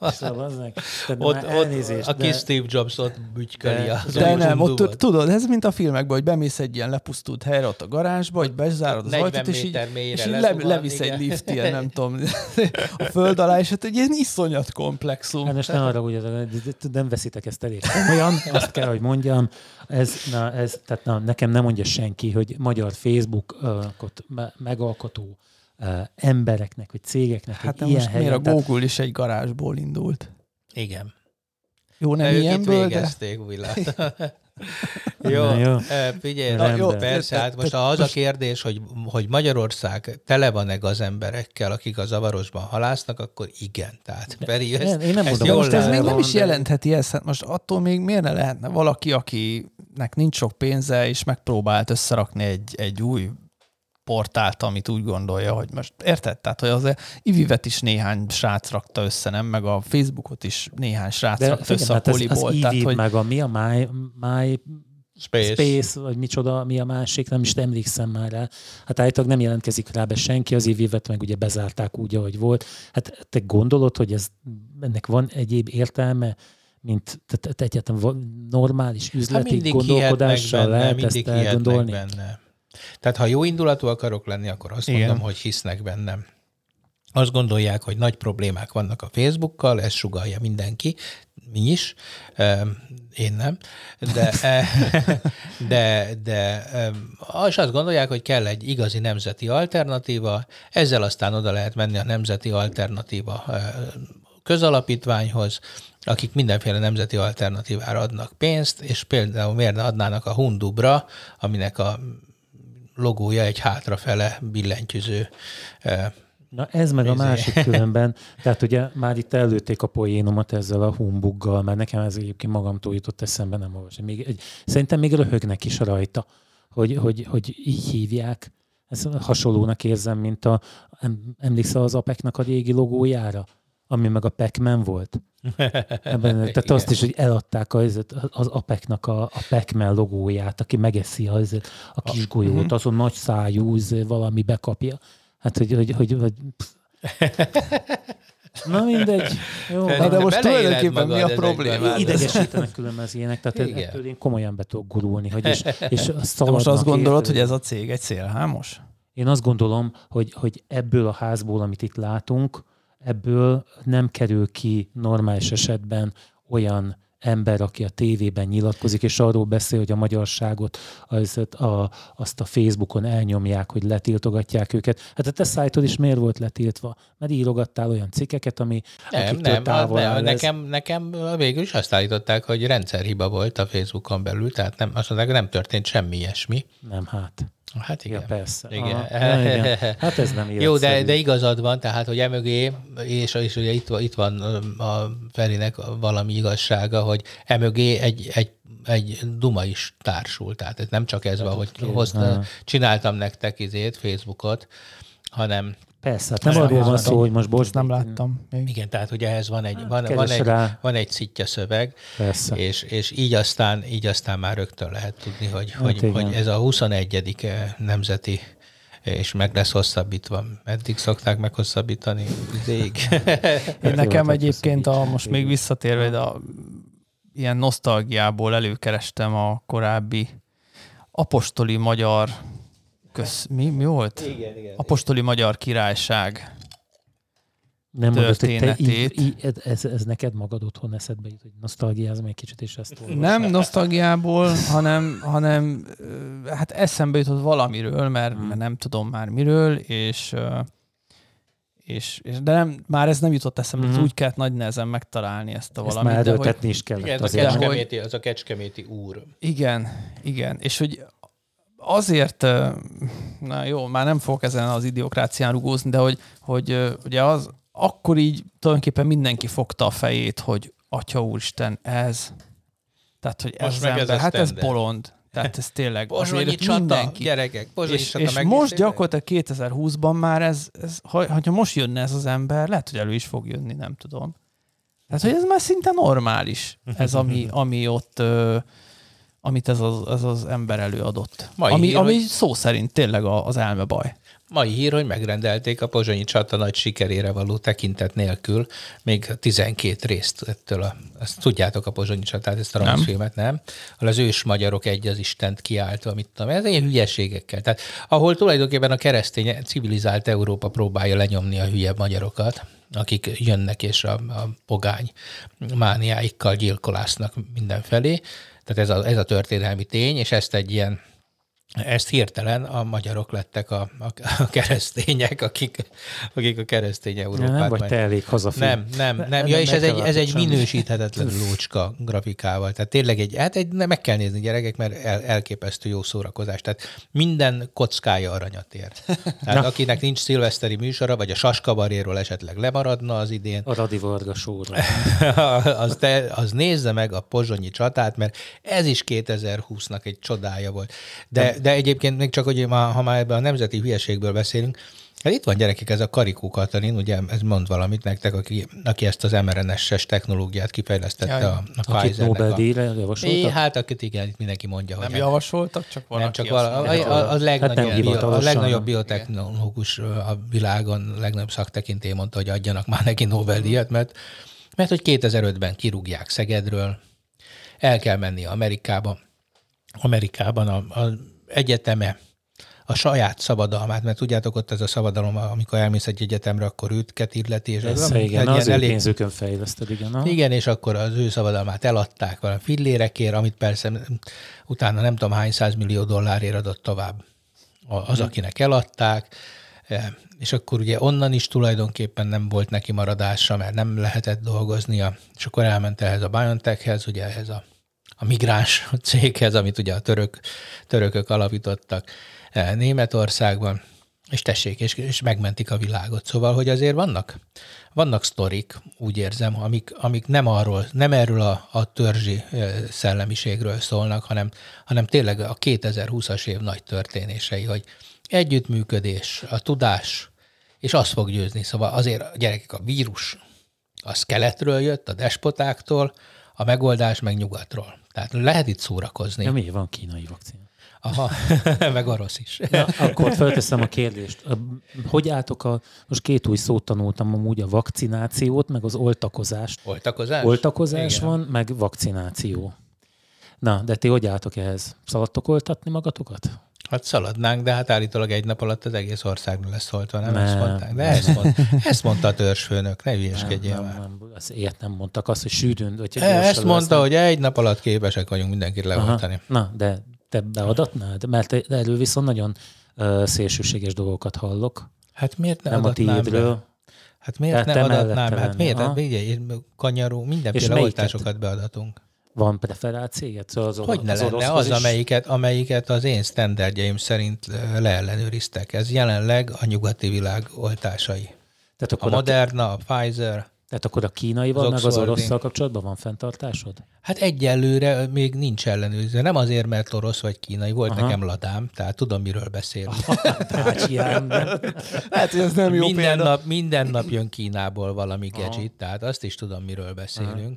S2: A kis Steve Jobs ott bütyköli az
S3: de nem, ott tudod, ez mint a filmekben, hogy bemész egy ilyen lepusztult helyre ott a garázsba, hogy bezárod az ajtót, és így levisz egy lift ilyen, nem tudom, a föld alá, és hát egy ilyen iszonyat komplexum.
S1: Hát most ne arra, hogy nem veszitek ezt elég komolyan, azt kell, hogy mondjam, tehát nekem nem mondja senki, hogy magyar Facebookot megalkotó embereknek, vagy cégeknek.
S3: Hát nem most miért a Google is egy garázsból indult?
S2: Igen.
S3: Jó, nem ilyenből, de...
S2: végezték Willát. Jó, figyelj, persze, hát most az a kérdés, hogy Magyarország tele van-e az emberekkel, akik a zavarosban halásznak, akkor igen. Tehát Feri,
S1: én nem mondom,
S3: most ez még nem is jelentheti ezt. Hát most attól még miért ne lehetne valaki, akinek nincs sok pénze, és megpróbált összerakni egy új portált, amit úgy gondolja, hogy most érted? Tehát, hogy az Ivivet is néhány srác rakta össze, nem? Meg a Facebookot is néhány srác rakta össze a Poliból.
S1: Az Ivi, hogy... meg a My Space, vagy micsoda, mi a másik, nem is emlékszem már rá. Hát állítólag nem jelentkezik rá be senki, az Ivivet meg ugye bezárták úgy, ahogy volt. Hát te gondolod, hogy ennek van egyéb értelme, mint egyáltalán normális üzleti gondolkodással lehet ezt elgondolni?
S2: Benne. Tehát ha jó indulatú akarok lenni, akkor azt mondom, hogy hisznek bennem. Azt gondolják, hogy nagy problémák vannak a Facebookkal, ezt sugallja mindenki, mi is, én nem, de és azt gondolják, hogy kell egy igazi nemzeti alternatíva, ezzel aztán oda lehet menni a nemzeti alternatíva közalapítványhoz, akik mindenféle nemzeti alternatívára adnak pénzt, és például miért ne adnának a Hundubra, aminek a logója egy hátrafele billentyűző
S1: Na ez meg a másik különben, tehát ugye már itt előtték a poénomat ezzel a humbuggal, mert nekem ez egyébként magamtól jutott eszembe, nem olvasni. Szerintem még röhögnek is rajta, hogy így hívják. Ezt hasonlónak érzem, mint emlékszel az APEC-nak a régi logójára, ami meg a Pac-Man volt? Tehát azt is, hogy eladták az APEC-nak a Pac-Man logóját, aki megeszi a kis golyót, azon nagy szájú valami bekapja. Hát, hogy Na mindegy. Jó,
S3: de most tulajdonképpen mi a probléma?
S1: Idegesítenek különben az ilyenek, tehát ettől én komolyan be tudok gurulni. És
S3: de most azt gondolod, hogy ez a cég egy szélhámos?
S1: Én azt gondolom, hogy ebből a házból, amit itt látunk, ebből nem kerül ki normális esetben olyan ember, aki a tévében nyilatkozik, és arról beszél, hogy a magyarságot azt a Facebookon elnyomják, hogy letiltogatják őket. Hát a te szájtod is miért volt letiltva? Mert írogattál olyan cikkeket, ami távol áll.
S2: Nekem végül is azt állították, hogy rendszerhiba volt a Facebookon belül, tehát azt mondták, hogy nem történt semmi ilyesmi.
S1: Nem,
S2: Hát igen.
S1: Ja, persze.
S2: Igen.
S1: Igen. Hát ez nem
S2: jó, de igazad van, tehát, hogy emögé, és ugye itt van a Ferinek valami igazsága, hogy emögé egy duma is társul. Tehát ez nem csak ez van, hogy csináltam nektek Facebookot, hanem...
S1: Persze, hát nem arról van szó, hogy most
S3: nem láttam.
S2: Igen, tehát ugye ehhez van egy cittya szöveg, és így aztán már rögtön lehet tudni, hogy ez a 21. nemzeti, és meg lesz hosszabbítva. Eddig szokták meghosszabbítani idéig.
S3: Nekem egyébként most még visszatérve, de ilyen nosztalgiából előkerestem a korábbi apostoli magyar mi volt?
S2: Igen.
S3: Apostoli Magyar Királyság
S1: nem
S3: történetét.
S1: Ez neked magad otthon eszedbe jut, hogy nosztalgiázom egy kicsit, és ezt olvasd.
S3: Nem nosztalgiából, hanem hát eszembe jutott valamiről, mert nem tudom már miről, de már ez nem jutott eszembe, úgy kellett nagy nehezen megtalálni ezt a valamit.
S1: Ezt már erőltetni is kellett.
S2: Igen, az a kecskeméti úr.
S3: Igen. És hogy azért, na jó, már nem fogok ezen az idiokrácián rugózni, de hogy ugye az akkor így tulajdonképpen mindenki fogta a fejét, hogy Atya Úristen, ez. Tehát, hogy ez az ember, hát ez bolond. Tehát ez tényleg.
S2: Pozsonyi csata, mindenki. Gyerekek, Pozsonyi csata.
S3: És most gyakorlatilag 2020-ban már ha most jönne ez az ember, lehet, hogy elő is fog jönni, nem tudom. Tehát, hogy ez már szinte normális, ez ami ott... amit ez az ember előadott. Ami szó szerint tényleg az elmebaj.
S2: Mai hír, hogy megrendelték a Pozsonyi csata nagy sikerére való tekintet nélkül még 12 részt ettől. Ezt tudjátok a Pozsonyi csatát, ezt a rajzfilmet, nem? Az ős magyarok egy az Istent kiáltva, mit tudom, ez ilyen hülyeségekkel. Tehát ahol tulajdonképpen a keresztény civilizált Európa próbálja lenyomni a hülye magyarokat, akik jönnek és a pogány mániáikkal gyilkolásznak mindenfelé. Tehát ez a történelmi tény, és ezt hirtelen a magyarok lettek a keresztények, akik a keresztény Európát...
S1: Nem vagy te elég hazafi.
S2: Nem. Ja, és ez egy minősíthetetlen lócska grafikával. Tehát tényleg meg kell nézni, gyerekek, mert elképesztő jó szórakozás. Tehát minden kockája aranyat ér. Tehát akinek nincs szilveszteri műsora, vagy a Saskabaréról esetleg lemaradna az idén.
S1: A Radi Varga Show-ra.
S2: az nézze meg a Pozsonyi csatát, mert ez is 2020-nak egy csodája volt. De egyébként még csak, hogy ha már ebben a nemzeti hülyeségből beszélünk, hát itt van, gyerekek, ez a Karikó Katalin, ugye ez mond valamit nektek, aki ezt az mRNS-es technológiát kifejlesztette a Pfizernek.
S1: Akit Nobel-díjra javasoltak?
S2: Hát akit igen, itt mindenki mondja, hogy...
S3: Nem javasoltak, csak valaki
S2: a legnagyobb biotechnológus a világon, legnagyobb szaktekintély mondta, hogy adjanak már neki Nobel-díjat, mert hogy 2005-ben kirúgják Szegedről, el kell menni Amerikában a egyeteme a saját szabadalmát, mert tudjátok, ott ez a szabadalom, amikor elmész egy egyetemre, akkor őket illeti. És
S1: igen, az ő pénzükön fejleszted, igen.
S2: Igen, és akkor az ő szabadalmát eladták valami fillérekért, amit persze utána nem tudom hány $100 millió adott tovább az, akinek eladták, és akkor ugye onnan is tulajdonképpen nem volt neki maradása, mert nem lehetett dolgoznia, és akkor elment ehhez a BioNTechhez, ugye ehhez a migráns céghez, amit ugye a törökök alapítottak Németországban, És tessék, és megmentik a világot. Szóval, hogy azért vannak sztorik, úgy érzem, amik nem erről a törzsi szellemiségről szólnak, hanem tényleg a 2020-as év nagy történései, hogy együttműködés, a tudás, és az fog győzni. Szóval azért, gyerekek, a vírus az keletről jött, a despotáktól, a megoldás meg nyugatról. Tehát lehet itt szórakozni.
S1: Ja, mi van kínai vakcina?
S2: Aha, meg orosz is.
S1: Na, akkor felteszem a kérdést. Hogy álltok most 2 új szót tanultam amúgy, a vakcinációt, meg az oltakozást.
S2: Oltakozás?
S1: Oltakozás van, meg vakcináció. Na, de ti hogy álltok ehhez? Szaladtok oltatni magatokat?
S2: Hát szaladnánk, de hát állítólag egy nap alatt az egész országban lesz oltva, nem ezt mondták. De ezt mondta a törzsfőnök, ne hülyeskedjél már.
S1: Ilyet nem mondtak, azt, hogy sűrűn.
S2: Ezt mondta, hogy egy nap alatt képesek vagyunk mindenkit leoltani.
S1: Na, de te beadatnád? Mert erről viszont nagyon szélsőséges dolgokat hallok.
S2: Hát miért ne
S1: nem
S2: adatnám
S1: a tiédről.
S2: Hát miért ne adatnám? Hát miért? Hát kanyarú, mindenféle oltásokat beadatunk.
S1: Van preferációt? Szóval
S2: hogy ne lenne az, amelyiket az én sztenderdjeim szerint leellenőriztek. Ez jelenleg a nyugati világ oltásai. Tehát akkor a Moderna, a Pfizer.
S1: Tehát akkor a kínaival meg az orosszal kapcsolatban van fenntartásod?
S2: Hát egyelőre még nincs ellenőrizve. Nem azért, mert orosz vagy kínai. Volt nekem ladám, tehát tudom, miről beszélünk.
S3: Hát, hogy ez nem jó
S2: minden nap jön Kínából valami gadget, tehát azt is tudom, miről beszélünk.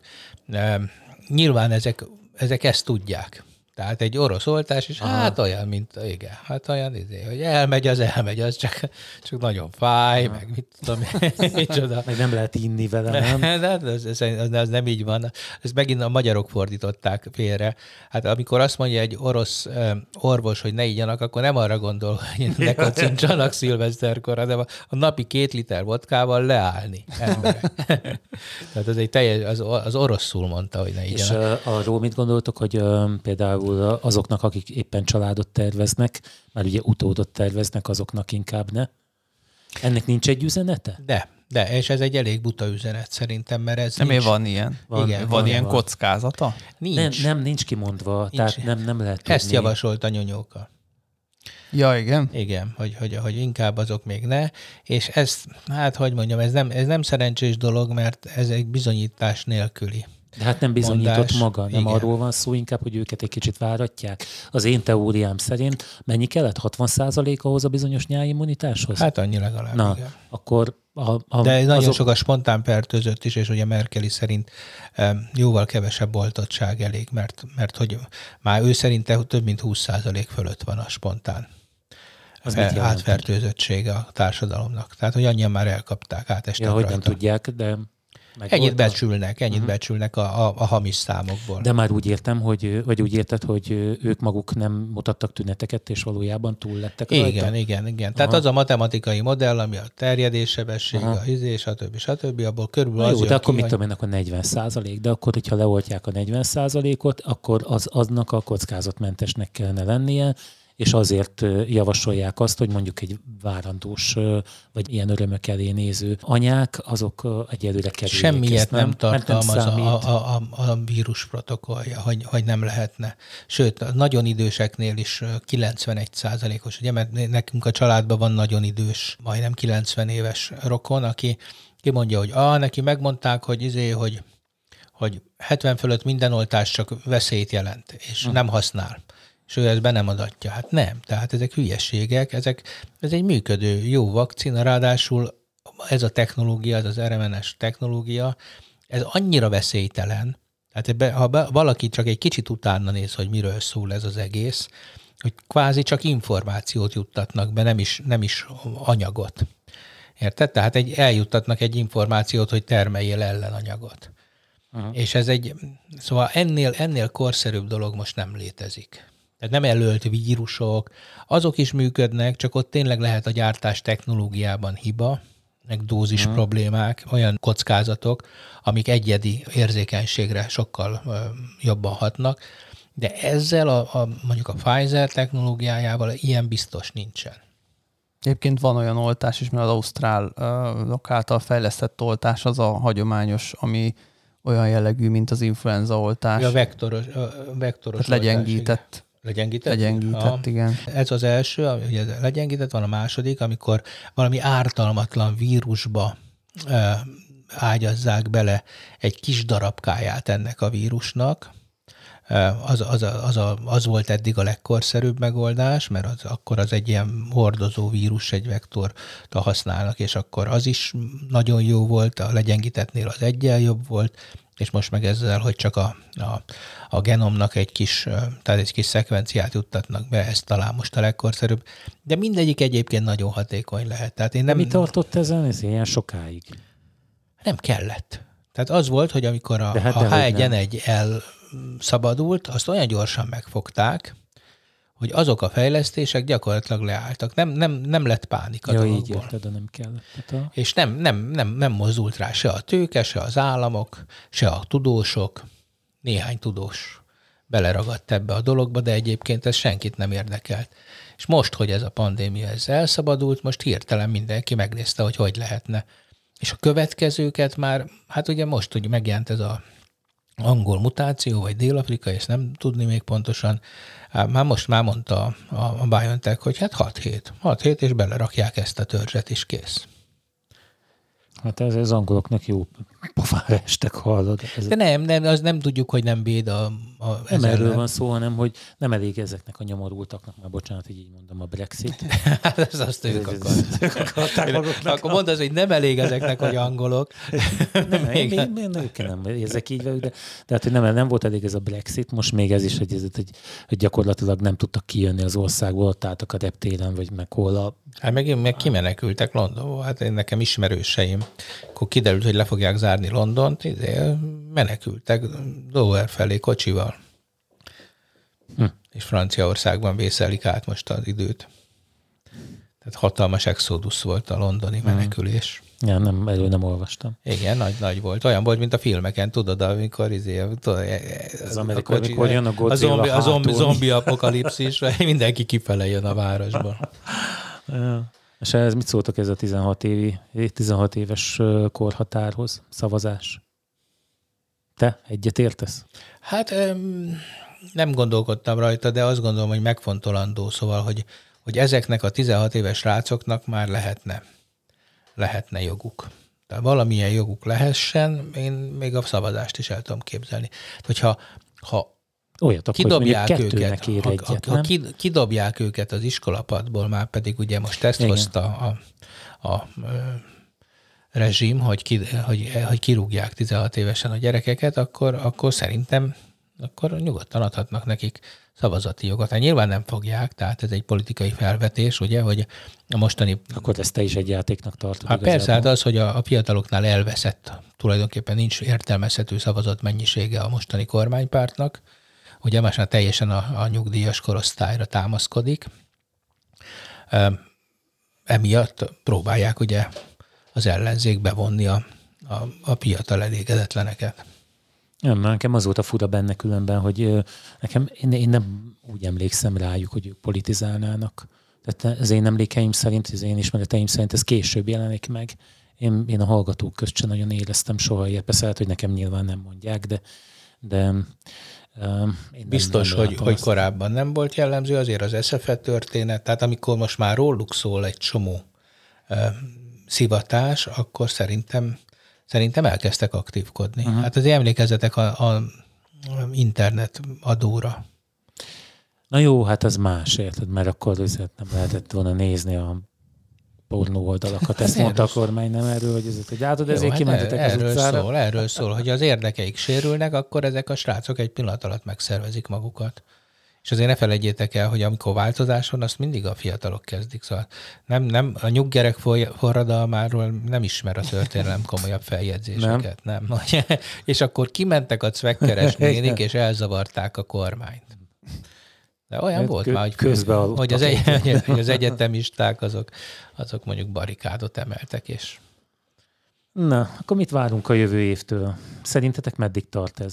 S2: Nyilván ezek ezt tudják. Tehát egy orosz oltás is, hát olyan, mint, igen, hát olyan, hogy elmegy, az csak nagyon fáj, meg mit tudom, micsoda.
S1: Meg nem lehet inni vele, nem?
S2: Ez nem így van. Ezt megint a magyarok fordították félre. Hát amikor azt mondja egy orosz orvos, hogy ne igyanak, akkor nem arra gondol, hogy ne kocincsanak szilveszterkor, hanem a napi 2 liter vodkával leállni emberek. Tehát ez egy az oroszul mondta, hogy ne igyanak.
S1: És arról mit gondoltok, hogy például azoknak, akik éppen családot terveznek, mert ugye utódot terveznek, azoknak inkább ne. Ennek nincs egy üzenete?
S2: De, és ez egy elég buta üzenet szerintem, mert ez
S3: nem nincs. Van ilyen? Van ilyen kockázata?
S2: Nincs.
S1: Nincs kimondva, nincs. Tehát nem lehet tudni.
S2: Ezt javasolt a nyonyóka.
S3: Ja, igen?
S2: Igen, hogy inkább azok még ne, és ez, hát hogy mondjam, ez nem szerencsés dolog, mert ez egy bizonyítás nélküli.
S1: De hát nem bizonyított
S2: mondás.
S1: maga, nem igen. Arról van szó inkább, hogy őket egy kicsit váratják. Az én teóriám szerint mennyi kellett? 60% ahhoz a bizonyos nyáimmunitáshoz?
S2: Hát annyi legalább.
S1: Na,
S2: igen.
S1: akkor...
S2: De nagyon sok a spontán fertőzött is, és ugye Merkeli szerint jóval kevesebb oltottság elég, mert hogy már ő szerinte több mint 20% fölött van a spontán átfertőzöttsége a társadalomnak. Tehát, hogy annyian már elkapták, átestek
S1: rajta. Hogy nem tudják, de...
S2: Ennyit becsülnek a hamis számokból.
S1: De már úgy értem, vagy úgy érted, hogy ők maguk nem mutattak tüneteket, és valójában túl lettek rajta?
S2: Igen. Tehát az a matematikai modell, ami a terjedéssebesség, a stb. Abból körülbelül az
S1: jó, de akkor mit tudom, ennek a 40%, de akkor, hogyha leoltják a 40%-ot, akkor aznak a kockázatmentesnek kellene lennie, és azért javasolják azt, hogy mondjuk egy várandós, vagy ilyen örömök elé néző anyák, azok egyelőre kerüljék.
S2: Semmilyet nem tartalmaz a vírus protokollja, hogy nem lehetne. Sőt, nagyon időseknél is 91%-os, ugye, mert nekünk a családban van nagyon idős, majdnem 90 éves rokon, aki mondja, hogy neki megmondták, hogy 70 fölött minden oltás csak veszélyt jelent, és nem használ. És ő ezt be nem adatja. Hát nem. Tehát ezek hülyeségek, ez egy működő, jó vakcina, ráadásul ez a technológia, ez az RMNS technológia, ez annyira veszélytelen, tehát ha valaki csak egy kicsit utána néz, hogy miről szól ez az egész, hogy kvázi csak információt juttatnak be, nem is anyagot. Érted? Tehát eljuttatnak egy információt, hogy termeljél ellenanyagot. És szóval ennél korszerűbb dolog most nem létezik. Tehát nem elölt vírusok, azok is működnek, csak ott tényleg lehet a gyártás technológiában hiba, meg dózis problémák, olyan kockázatok, amik egyedi érzékenységre sokkal jobban hatnak, de ezzel mondjuk a Pfizer technológiájával ilyen biztos nincsen.
S3: Egyébként van olyan oltás is, mert az ausztrálok által fejlesztett oltás az a hagyományos, ami olyan jellegű, mint az influenza oltás.
S2: A vektoros
S3: legyengített Legyengített, igen.
S2: Ez az első, ugye legyengített, van a második, amikor valami ártalmatlan vírusba ágyazzák bele egy kis darabkáját ennek a vírusnak. Az volt eddig a legkorszerűbb megoldás, mert akkor az egy ilyen hordozó vírus, egy vektort használnak, és akkor az is nagyon jó volt, a legyengítettnél az eggyel jobb volt, és most meg ezzel, hogy csak a genomnak egy kis szekvenciát juttatnak be, ez talán most a legkorszerűbb. De mindegyik egyébként nagyon hatékony lehet. Tehát én nem...
S1: Mi tartott ezen? Ez ilyen sokáig?
S2: Nem kellett. Tehát az volt, hogy amikor a H1N1 elszabadult, azt olyan gyorsan megfogták, hogy azok a fejlesztések gyakorlatilag leálltak. Nem lett pánik a dologból.
S1: Így érted, de nem kellett.
S2: És nem mozdult rá se a tőke, se az államok, se a tudósok. Néhány tudós beleragadt ebbe a dologba, de egyébként ez senkit nem érdekelt. És most, hogy ez a pandémia ez elszabadult, most hirtelen mindenki megnézte, hogy lehetne. És a következőket már, hát ugye most ugye megjelent ez az angol mutáció, vagy dél-afrikai, ezt nem tudni még pontosan. Már mondta a BioNTech, hogy hát 6 hét, és belerakják ezt a törzset, is kész.
S1: Hát ez az angoloknak jó pofára estek, hallod.
S2: De nem, az nem tudjuk, hogy nem véd
S1: nem erről van szó, hanem hogy nem elég ezeknek a nyomorultaknak, már bocsánat, hogy így mondom, a Brexit.
S2: Hát ez azt ők akarták. Akkor mondd az, hogy nem elég ezeknek, hogy angolok.
S1: Nem ezek így velük, de hát, hogy nem volt elég ez a Brexit, most még ez is, hogy gyakorlatilag nem tudtak kijönni az országból, ott álltak a reptéren, vagy meg hol a...
S2: Hát meg kimenekültek Londonból, hát nekem ismerőseim, akkor kiderült, hogy le fogják zárni Londont, menekültek Dover felé kocsival. És Franciaországban vészelik át most az időt. Tehát hatalmas exodus volt a londoni menekülés.
S1: Ja, erről nem olvastam.
S2: Igen, nagy volt. Olyan volt, mint a filmeken, tudod, amikor
S1: az amerikai, amikor jön a Godzilla
S2: a zombi apokalipszis, mindenki kifele jön a városban.
S1: Ja. És ez mit szóltak ez a 16 éves korhatárhoz, szavazás? Te egyet értesz?
S2: Hát nem gondolkodtam rajta, de azt gondolom, hogy megfontolandó, szóval, hogy ezeknek a 16 éves rácoknak már lehetne joguk. Tehát valamilyen joguk lehessen, én még a szavazást is el tudom képzelni. Hogyha
S1: olyat,
S2: kidobják őket, ha kidobják őket az iskolapadból, már pedig ugye most ezt hozta a rezsim, hogy kirúgják 16 évesen a gyerekeket, akkor szerintem nyugodtan adhatnak nekik szavazati jogot. Hát nyilván nem fogják, tehát ez egy politikai felvetés, ugye, hogy a mostani...
S1: Akkor ezt te is egy játéknak tartod.
S2: Hát persze, hát az, hogy a fiataloknál elveszett, tulajdonképpen nincs értelmezhető szavazat mennyisége a mostani kormánypártnak, ugye most már teljesen a nyugdíjas korosztályra támaszkodik. Emiatt próbálják ugye az ellenzék bevonni a fiatal elégedetleneket.
S1: Nekem az volt a fura benne különben, hogy én nem úgy emlékszem rájuk, hogy ők politizálnának. Tehát az én emlékeim szerint, az én ismereteim szerint ez később jelenik meg. Én a hallgatók közt sem nagyon éreztem soha ilyet. Persze hogy nekem nyilván nem mondják, de
S2: biztos, hogy korábban nem volt jellemző, azért az SZFE történet, tehát amikor most már róluk szól egy csomó szivatás, akkor szerintem elkezdtek aktívkodni. Hát azért emlékezzetek a internet adóra.
S1: Na jó, hát az más, érted, mert akkor nem lehetett volna nézni a pornó oldalakat. Ezt mondta a kormány, nem erről, hogy átod, ezért kimentetek az utcára.
S2: Erről szól, hogy az érdekeik sérülnek, akkor ezek a srácok egy pillanat alatt megszervezik magukat. És azért ne felejtjétek el, hogy amikor változás van, azt mindig a fiatalok kezdik. Szóval nem a nyuggerek forradalmáról nem ismer a történelem komolyabb feljegyzéseket. Nem. És akkor kimentek a cvekkeres nénik, és elzavarták a kormányt. De olyan volt már, hogy az egyetemisták azok mondjuk barikádot emeltek, és...
S1: Na, akkor mit várunk a jövő évtől? Szerintetek meddig tart ez?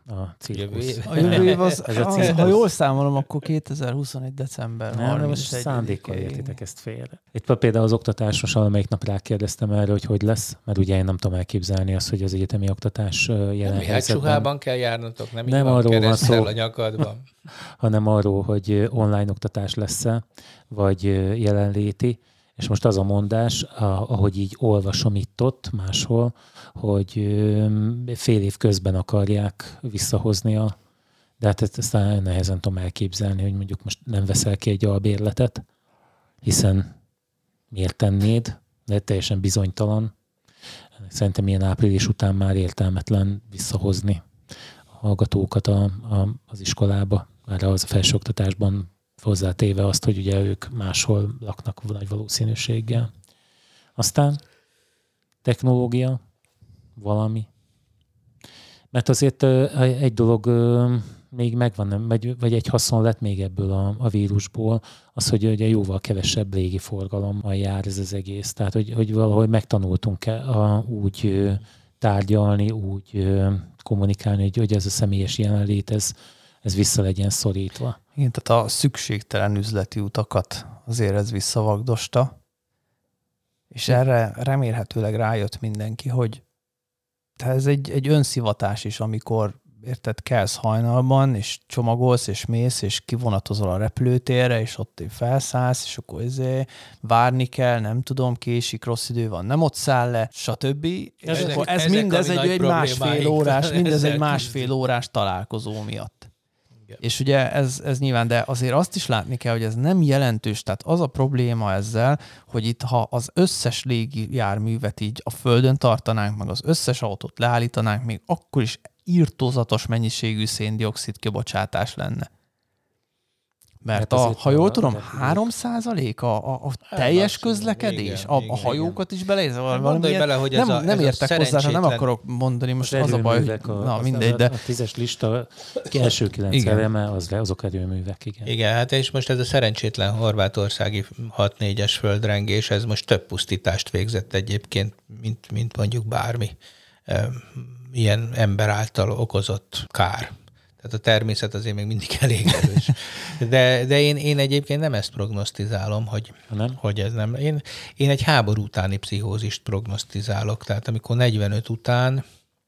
S1: a cirkusz.
S3: A jövő év az, ha jól számolom, akkor 2021. december 31.
S1: Nem, most szándékkal értitek ezt félre. Itt például az oktatásról valamelyik nap rákérdeztem erre, hogy lesz, mert ugye én nem tudom elképzelni azt, hogy az egyetemi oktatás jelen
S2: helyzetben... kell járnotok,
S1: nem arról van szó,
S2: a nyakadban.
S1: hanem arról, hogy online oktatás lesz-e, vagy jelenléti. És most az a mondás, ahogy így olvasom itt-ott máshol, hogy fél év közben akarják visszahozni de hát ezt nehezen tudom elképzelni, hogy mondjuk most nem veszel ki egy albérletet, hiszen miért tennéd, de teljesen bizonytalan. Szerintem ilyen április után már értelmetlen visszahozni a hallgatókat az iskolába, már az a felsőoktatásban hozzátéve azt, hogy ugye ők máshol laknak nagy valószínűséggel. Aztán technológia, valami. Mert azért egy dolog még megvan, vagy egy haszon lett még ebből a vírusból, az, hogy ugye jóval kevesebb légiforgalommal jár ez az egész. Tehát, hogy valahogy megtanultunk úgy tárgyalni, úgy kommunikálni, hogy ez a személyes jelenlét, ez vissza legyen szorítva.
S3: Igen, tehát a szükségtelen üzleti utakat azért ez visszavagdosta, és erre remélhetőleg rájött mindenki, hogy ez egy önszivatás is, amikor érted, kelsz hajnalban, és csomagolsz, és mész, és kivonatozol a repülőtérre, és ott felszállsz, és akkor várni kell, nem tudom, késik, rossz idő van, nem ott száll le, stb. Ez mindez egy másfél órás találkozó miatt. Igen. És ugye ez nyilván, de azért azt is látni kell, hogy ez nem jelentős, tehát az a probléma ezzel, hogy itt ha az összes légi járművet így a földön tartanánk, meg az összes autót leállítanánk, még akkor is irtózatos mennyiségű széndioxid kibocsátás lenne. Mert ha jól tudom, 3% a teljes közlekedés, igen, a hajókat is beleértve.
S2: Gondolj bele, hogy
S3: nem értek hozzá, nem akarok mondani, most az a baj, hogy
S1: mindegy, de... A 10-es lista első 9 eleme, azok erőművek, igen.
S2: Igen, hát és most ez a szerencsétlen horvátországi 6-4-es földrengés, ez most több pusztítást végzett egyébként, mint mondjuk bármi ilyen ember által okozott kár. Tehát a természet azért még mindig elég erős. De én egyébként nem ezt prognosztizálom, hogy ez nem. Én egy háború utáni pszichózist prognosztizálok. Tehát amikor 45 után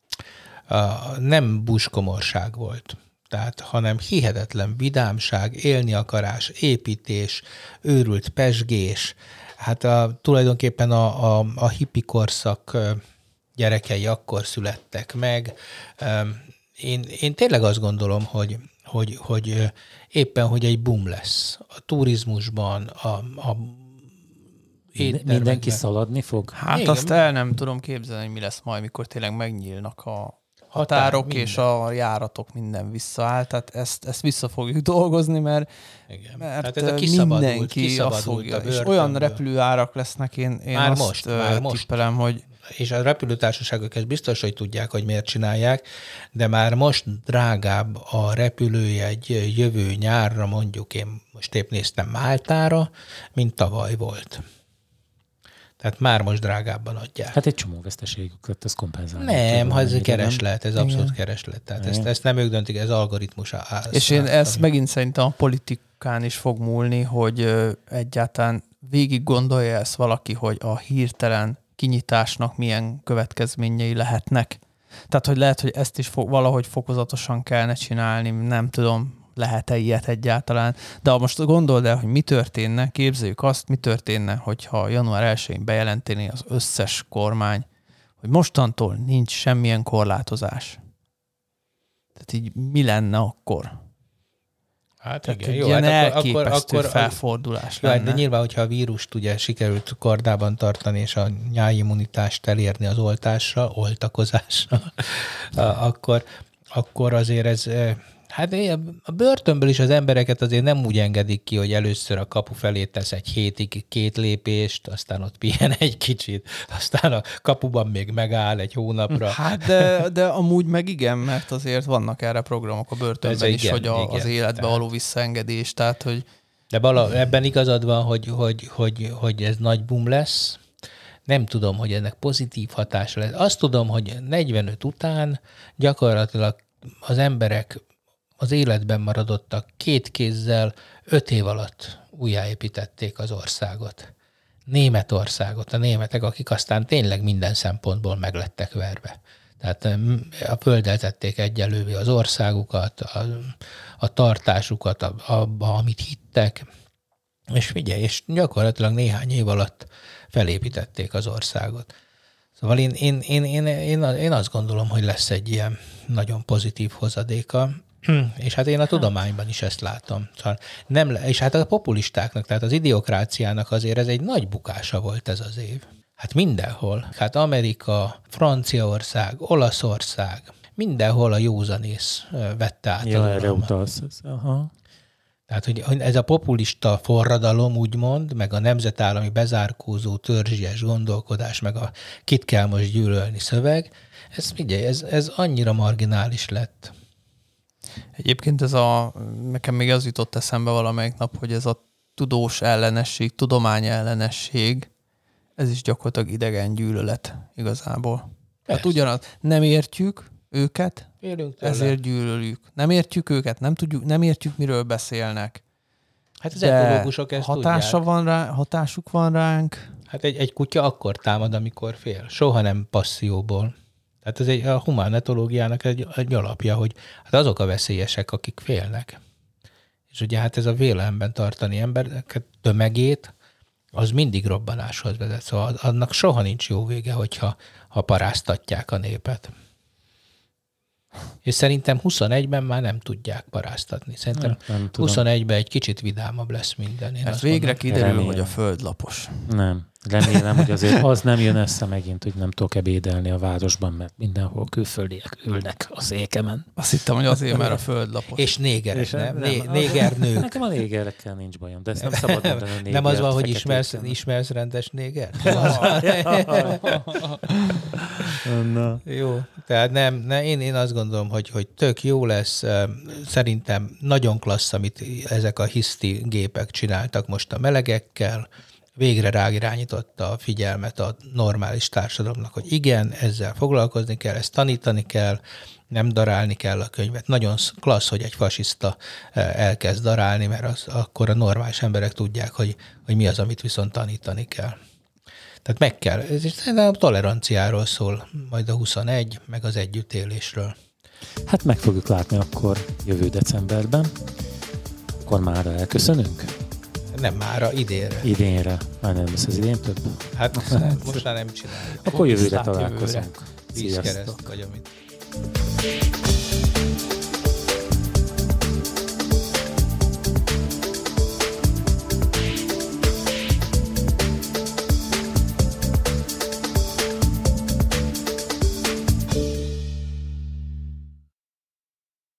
S2: nem buskomorság volt, tehát, hanem hihetetlen vidámság, élni akarás, építés, őrült pezsgés. Hát tulajdonképpen a hippi korszak gyerekei akkor születtek meg. Én tényleg azt gondolom, hogy éppen, hogy egy boom lesz. A turizmusban, a
S1: mindenki szaladni fog?
S3: Hát igen, azt el nem tudom képzelni, hogy mi lesz majd, mikor tényleg megnyílnak a határok és a járatok, minden visszaáll. Tehát ezt vissza fogjuk dolgozni, mert
S2: hát ez
S3: mindenki azt fogja. És olyan repülőárak lesznek, én
S2: már
S3: azt tippelem, hogy...
S2: És a repülőtársaságok ezt biztos, hogy tudják, hogy miért csinálják, de már most drágább a repülőjegy jövő nyárra, mondjuk én most épp néztem Máltára, mint tavaly volt. Tehát már most drágábban adják.
S1: Hát egy csomó veszteségük lett, ez kompenzálni.
S2: Nem, ha ez kereslet, ez abszolút kereslet. Tehát ezt nem ők döntik, ez algoritmus.
S3: És én ezt megint szerintem a politikán is fog múlni, hogy egyáltalán végig gondolja ezt valaki, hogy a hirtelen kinyitásnak milyen következményei lehetnek. Tehát, hogy lehet, hogy ezt is valahogy fokozatosan kellene csinálni, nem tudom, lehet-e ilyet egyáltalán. De most gondold el, hogy mi történne, képzeljük azt, mi történne, hogyha január 1-én bejelenteni az összes kormány, hogy mostantól nincs semmilyen korlátozás. Tehát így mi lenne akkor?
S2: Hát
S3: tehát
S2: igen,
S3: jó, ilyen elképesztő felfordulás lenne.
S2: De nyilván, hogyha a vírust ugye sikerült kordában tartani, és a nyájimmunitást elérni az oltakozással, akkor azért ez... Hát a börtönből is az embereket azért nem úgy engedik ki, hogy először a kapu felé tesz egy hétig 2 lépést, aztán ott pihen egy kicsit, aztán a kapuban még megáll egy hónapra.
S3: Hát de amúgy meg igen, mert azért vannak erre programok a börtönben is, igen, hogy az életbe való visszaengedés, tehát hogy...
S2: De ebben igazad van, hogy ez nagy boom lesz. Nem tudom, hogy ennek pozitív hatása lesz. Azt tudom, hogy 45 után gyakorlatilag az emberek, az életben maradottak 2 kézzel 5 év alatt újjáépítették az országot. Németországot, a németek, akik aztán tényleg minden szempontból meglettek verve. Tehát a földdel tették egyenlővé az országukat, a tartásukat, abba, amit hittek, és figyelj, és gyakorlatilag néhány év alatt felépítették az országot. Szóval én azt gondolom, hogy lesz egy ilyen nagyon pozitív hozadéka, és hát én a tudományban is ezt látom. Szóval és hát a populistáknak, tehát az idiokráciának azért ez egy nagy bukása volt ez az év. Hát mindenhol. Hát Amerika, Franciaország, Olaszország, mindenhol a józanész vette át.
S1: Ja, erre utalsz. Aha.
S2: Tehát, hogy ez a populista forradalom, úgymond, meg a nemzetállami bezárkózó törzsies gondolkodás, meg a kit kell most gyűlölni szöveg, ez annyira marginális lett.
S3: Egyébként nekem még az jutott eszembe valamelyik nap, hogy ez a tudós ellenesség, tudomány ellenesség, ez is gyakorlatilag idegen gyűlölet igazából. Hát ugyanaz, nem értjük őket, ezért gyűlöljük. Nem értjük őket, nem értjük, miről beszélnek.
S2: Hát az ekológusok ezt
S3: hatásuk van ránk.
S2: Hát egy kutya akkor támad, amikor fél. Soha nem passzióból. Tehát ez a humán etológiának egy alapja, hogy hát azok a veszélyesek, akik félnek. És ugye hát ez a vélelemben tartani embereket tömegét, az mindig robbanáshoz vezet. Szóval annak soha nincs jó vége, hogyha paráztatják a népet. És szerintem 21-ben már nem tudják paráztatni. Szerintem nem 21-ben egy kicsit vidámabb lesz minden.
S3: Hát végre kiderül, hogy a föld lapos.
S1: Nem. Remélem, hogy azért az nem jön össze megint, hogy nem tudok ebédelni a városban, mert mindenhol külföldiek ülnek a székemen.
S3: Azt hittem, hogy azért, mert a föld lapos.
S2: És négerek, nem? Négernők.
S1: Nekem a négerekkel nincs bajom, de ezt nem szabad mondani a négert.
S2: Nem az van, hogy ismersz rendes néger? Jó, tehát én azt gondolom, hogy tök jó lesz. Szerintem nagyon klassz, amit ezek a hiszti gépek csináltak most a melegekkel. Végre ráirányította a figyelmet a normális társadalomnak, hogy igen, ezzel foglalkozni kell, ezt tanítani kell, nem darálni kell a könyvet. Nagyon klassz, hogy egy fasiszta elkezd darálni, mert akkor a normális emberek tudják, hogy mi az, amit viszont tanítani kell. Tehát meg kell. Ez a toleranciáról szól, majd a 21, meg az együttélésről.
S1: Hát meg fogjuk látni akkor jövő decemberben. Akkor már elköszönünk?
S2: Nem mára, idénre.
S1: Idénre. Már nem lesz az idén több?
S2: Hát most már nem csináljuk.
S1: Akkor jövőre találkozunk.
S2: Vízkereszt vagy amit.